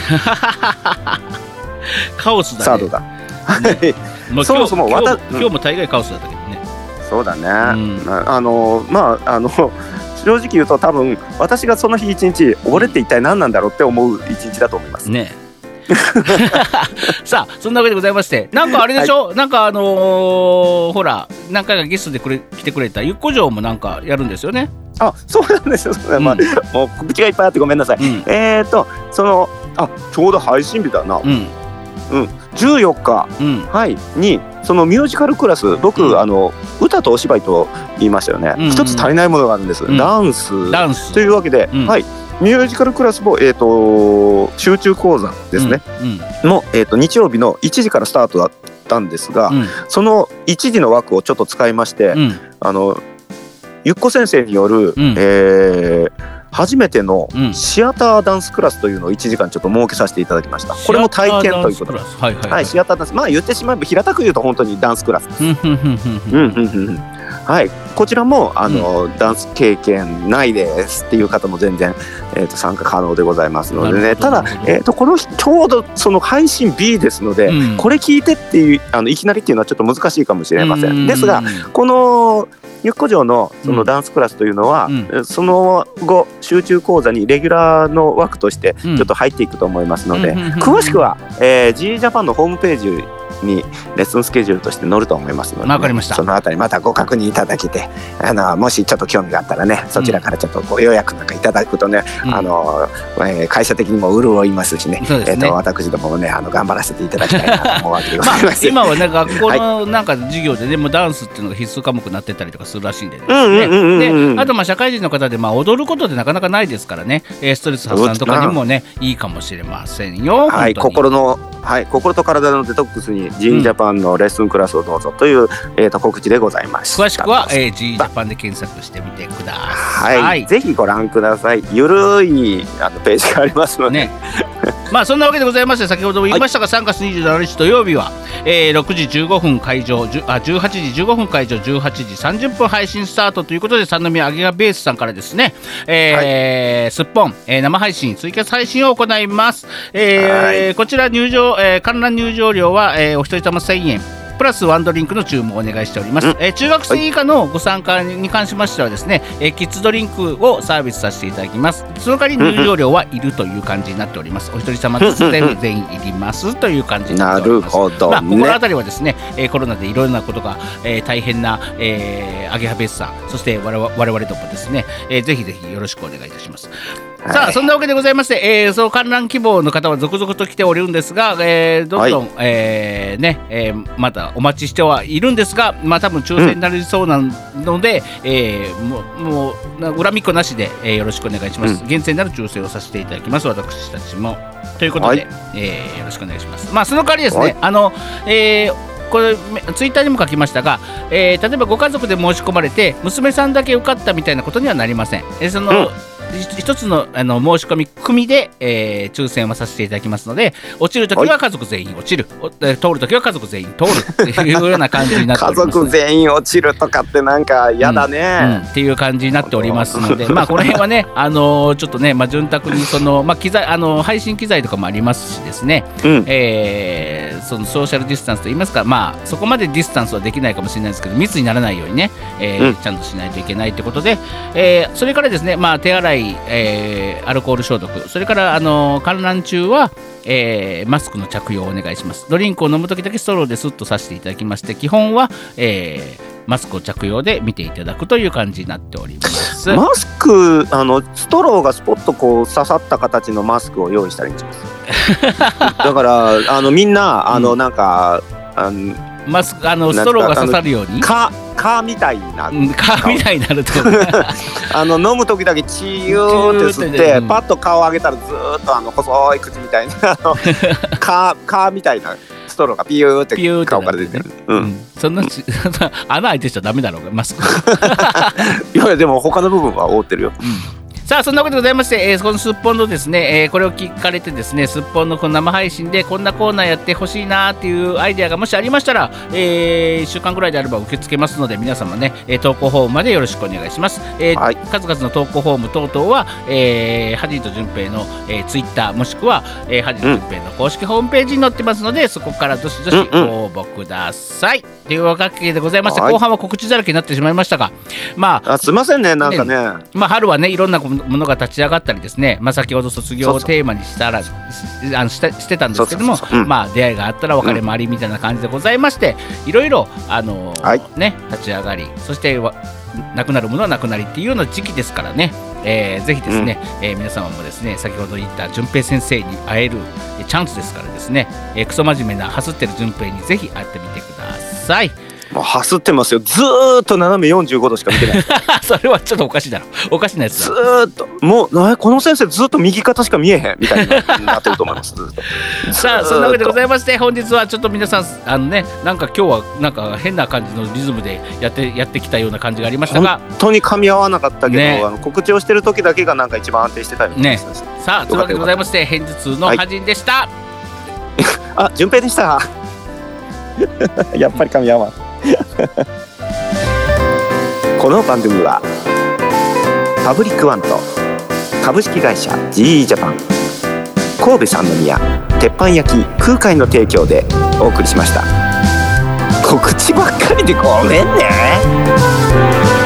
カオスだね。 さあどうだ。 そもそも今日も大概カオスだったけどね。 そうだね。正直言うと多分私がその日一日俺って一体何なんだろうって思う一日だと思いますね。さあそんなわけでございまして、なんかあれでしょ、なんかほら何回かゲストで来てくれたゆっこ嬢もなんかやるんですよね。 そうなんですよ。もう告知がいっぱいあってごめんなさい。ちょうど配信日だな。14日、にそのミュージカルクラス、僕、歌とお芝居と言いましたよね。一つ足りないものがあるんです。ダンスというわけで、ミュージカルクラスも、集中講座ですね、の、日曜日の1時からスタートだったんですが、その1時の枠をちょっと使いまして、ゆっこ先生による、初めてのシアターダンスクラスというのを1時間ちょっと設けさせていただきました。これも体験ということです。シアターダンス、言ってしまえば平たく言うと本当にダンスクラスです。こちらもダンス経験ないですっていう方も全然、参加可能でございますのでね。ただ、この日ちょうどその配信 B ですので、これ聞いてっていういきなりっていうのはちょっと難しいかもしれません。ですがこのゆっこ嬢のそのダンスクラスというのは、その後集中講座にレギュラーの枠としてちょっと入っていくと思いますので、詳しくは、G ジャパンのホームページにレッスンスケジュールとして載ると思いますので、ね、 わかりました。 そのあたりまたご確認いただけて、もしちょっと興味があったらね、そちらからちょっとご予約なんかいただくとね、会社的にも潤いますしね、私どももね頑張らせていただきたいなと思うわけでございます。 今はね学校のなんか授業でね、もうダンスっていうのが必須科目になってたりとかするらしいんでね。で、あと社会人の方で踊ることでなかなかないですからね、ストレス発散とかにもねいいかもしれませんよ。 はい、心と体のデトックスに G ジャパンのレッスンクラスをどうぞという、告知でございます。 詳しくは、G ジャパンで検索してみてください。 はい、ぜひご覧ください。ゆるいページがありますのでね。 そんなわけでございまして、先ほども言いましたが、3月27日土曜日は、6時15分会場、18時15分会場、18時30分配信スタートということで、三宮アゲハベースさんからですね、すっぽん、生配信、ツイキャス配信を行います。こちら観覧入場料は、お一人様1000円。プラスワンドリンクの注文をお願いしております。中学生以下のご参加に関しましてはですね、キッズドリンクをサービスさせていただきます。その代わり入場料はいるという感じになっております。お一人様ずつ全員いりますという感じになっております。 なるほど、ね。 ここら辺りはですね、コロナでいろんなことが、大変な、アゲハベースさん、そして我々どもですね、ぜひぜひよろしくお願いいたします。さあ、そんなわけでございまして、その観覧希望の方は続々と来ておるんですが、どんどん、またお待ちしてはいるんですが、多分抽選になりそうなので、もう恨みっこなしで、よろしくお願いします。厳正なる抽選をさせていただきます、私たちも。ということで、よろしくお願いします。その代わりですね、これツイッターにも書きましたが、例えばご家族で申し込まれて娘さんだけ受かったみたいなことにはなりません。一つの、申し込み組で、抽選はさせていただきますので、落ちるときは家族全員落ちる、通るときは家族全員通るっていうような感じになっております。 家族全員落ちるとかってなんか嫌だね、 っていう感じになっておりますので、この辺はね、ちょっとね、潤沢に機材配信機材とかもありますしですね、そのソーシャルディスタンスといいますか、そこまでディスタンスはできないかもしれないですけど、密にならないようにね、ちゃんとしないといけないということで、それからですね、手洗い、アルコール消毒、それから観覧中は、マスクの着用をお願いします。ドリンクを飲むときだけストローでスッとさせていただきまして、基本は、マスクを着用で見ていただくという感じになっております。 マスクストローがスポッとこう刺さった形のマスクを用意したらいいんじゃないですか。だからみんななんかマスクストローが刺さるように蚊みたいな、 蚊みたいになると飲む時だけチーって吸ってパッと顔を上げたらずーっと細い口みたいな蚊みたいなストローがピューって顔から出てる。 そんな穴開いてちゃダメだろうがマスクいやでも他の部分は覆ってるよ。 さあ、そんなことでございまして、このすっぽんのですね、これを聞かれてですね、すっぽんのこの生配信でこんなコーナーやってほしいなっていうアイデアがもしありましたら、1週間ぐらいであれば受け付けますので、皆様ね、投稿フォームまでよろしくお願いします。数々の投稿フォーム等々は、ハジーと順平の、ツイッターもしくは、ハジーと順平の公式ホームページに載ってますので、そこからどしどしご応募ください。というわけでございまして、後半は告知だらけになってしまいましたが、 すいませんね、なんかね、 春はね、いろんなものが立ち上がったりですね、先ほど卒業をテーマにしてたんですけども、出会いがあったら別れもありみたいな感じでございまして、いろいろ立ち上がり、そしてなくなるものはなくなりっていうような時期ですからね、ぜひですね、皆様もですね、先ほど言った順平先生に会えるチャンスですからですね、クソ真面目なハスってる順平にぜひ会ってみてください。 もうハスってますよ。ずーっと斜め45度しか見てないそれはちょっとおかしいだろ、おかしなやつだ。 ずーっともうこの先生ずっと右肩しか見えへんみたいになってると思いますずっとさあ、そんなわけでございまして、本日はちょっと皆さんなんか今日はなんか変な感じのリズムでやってきたような感じがありましたが、 本当に噛み合わなかったけど、告知をしてる時だけがなんか一番安定してたみたいですね。 さあ、というわけでございまして、偏頭痛のハジンでした、 順平でしたやっぱり噛み合わんこの番組はパブリックワンと株式会社 GE ジャパン、神戸三宮鉄板焼き空海の提供でお送りしました。告知ばっかりでごめんね。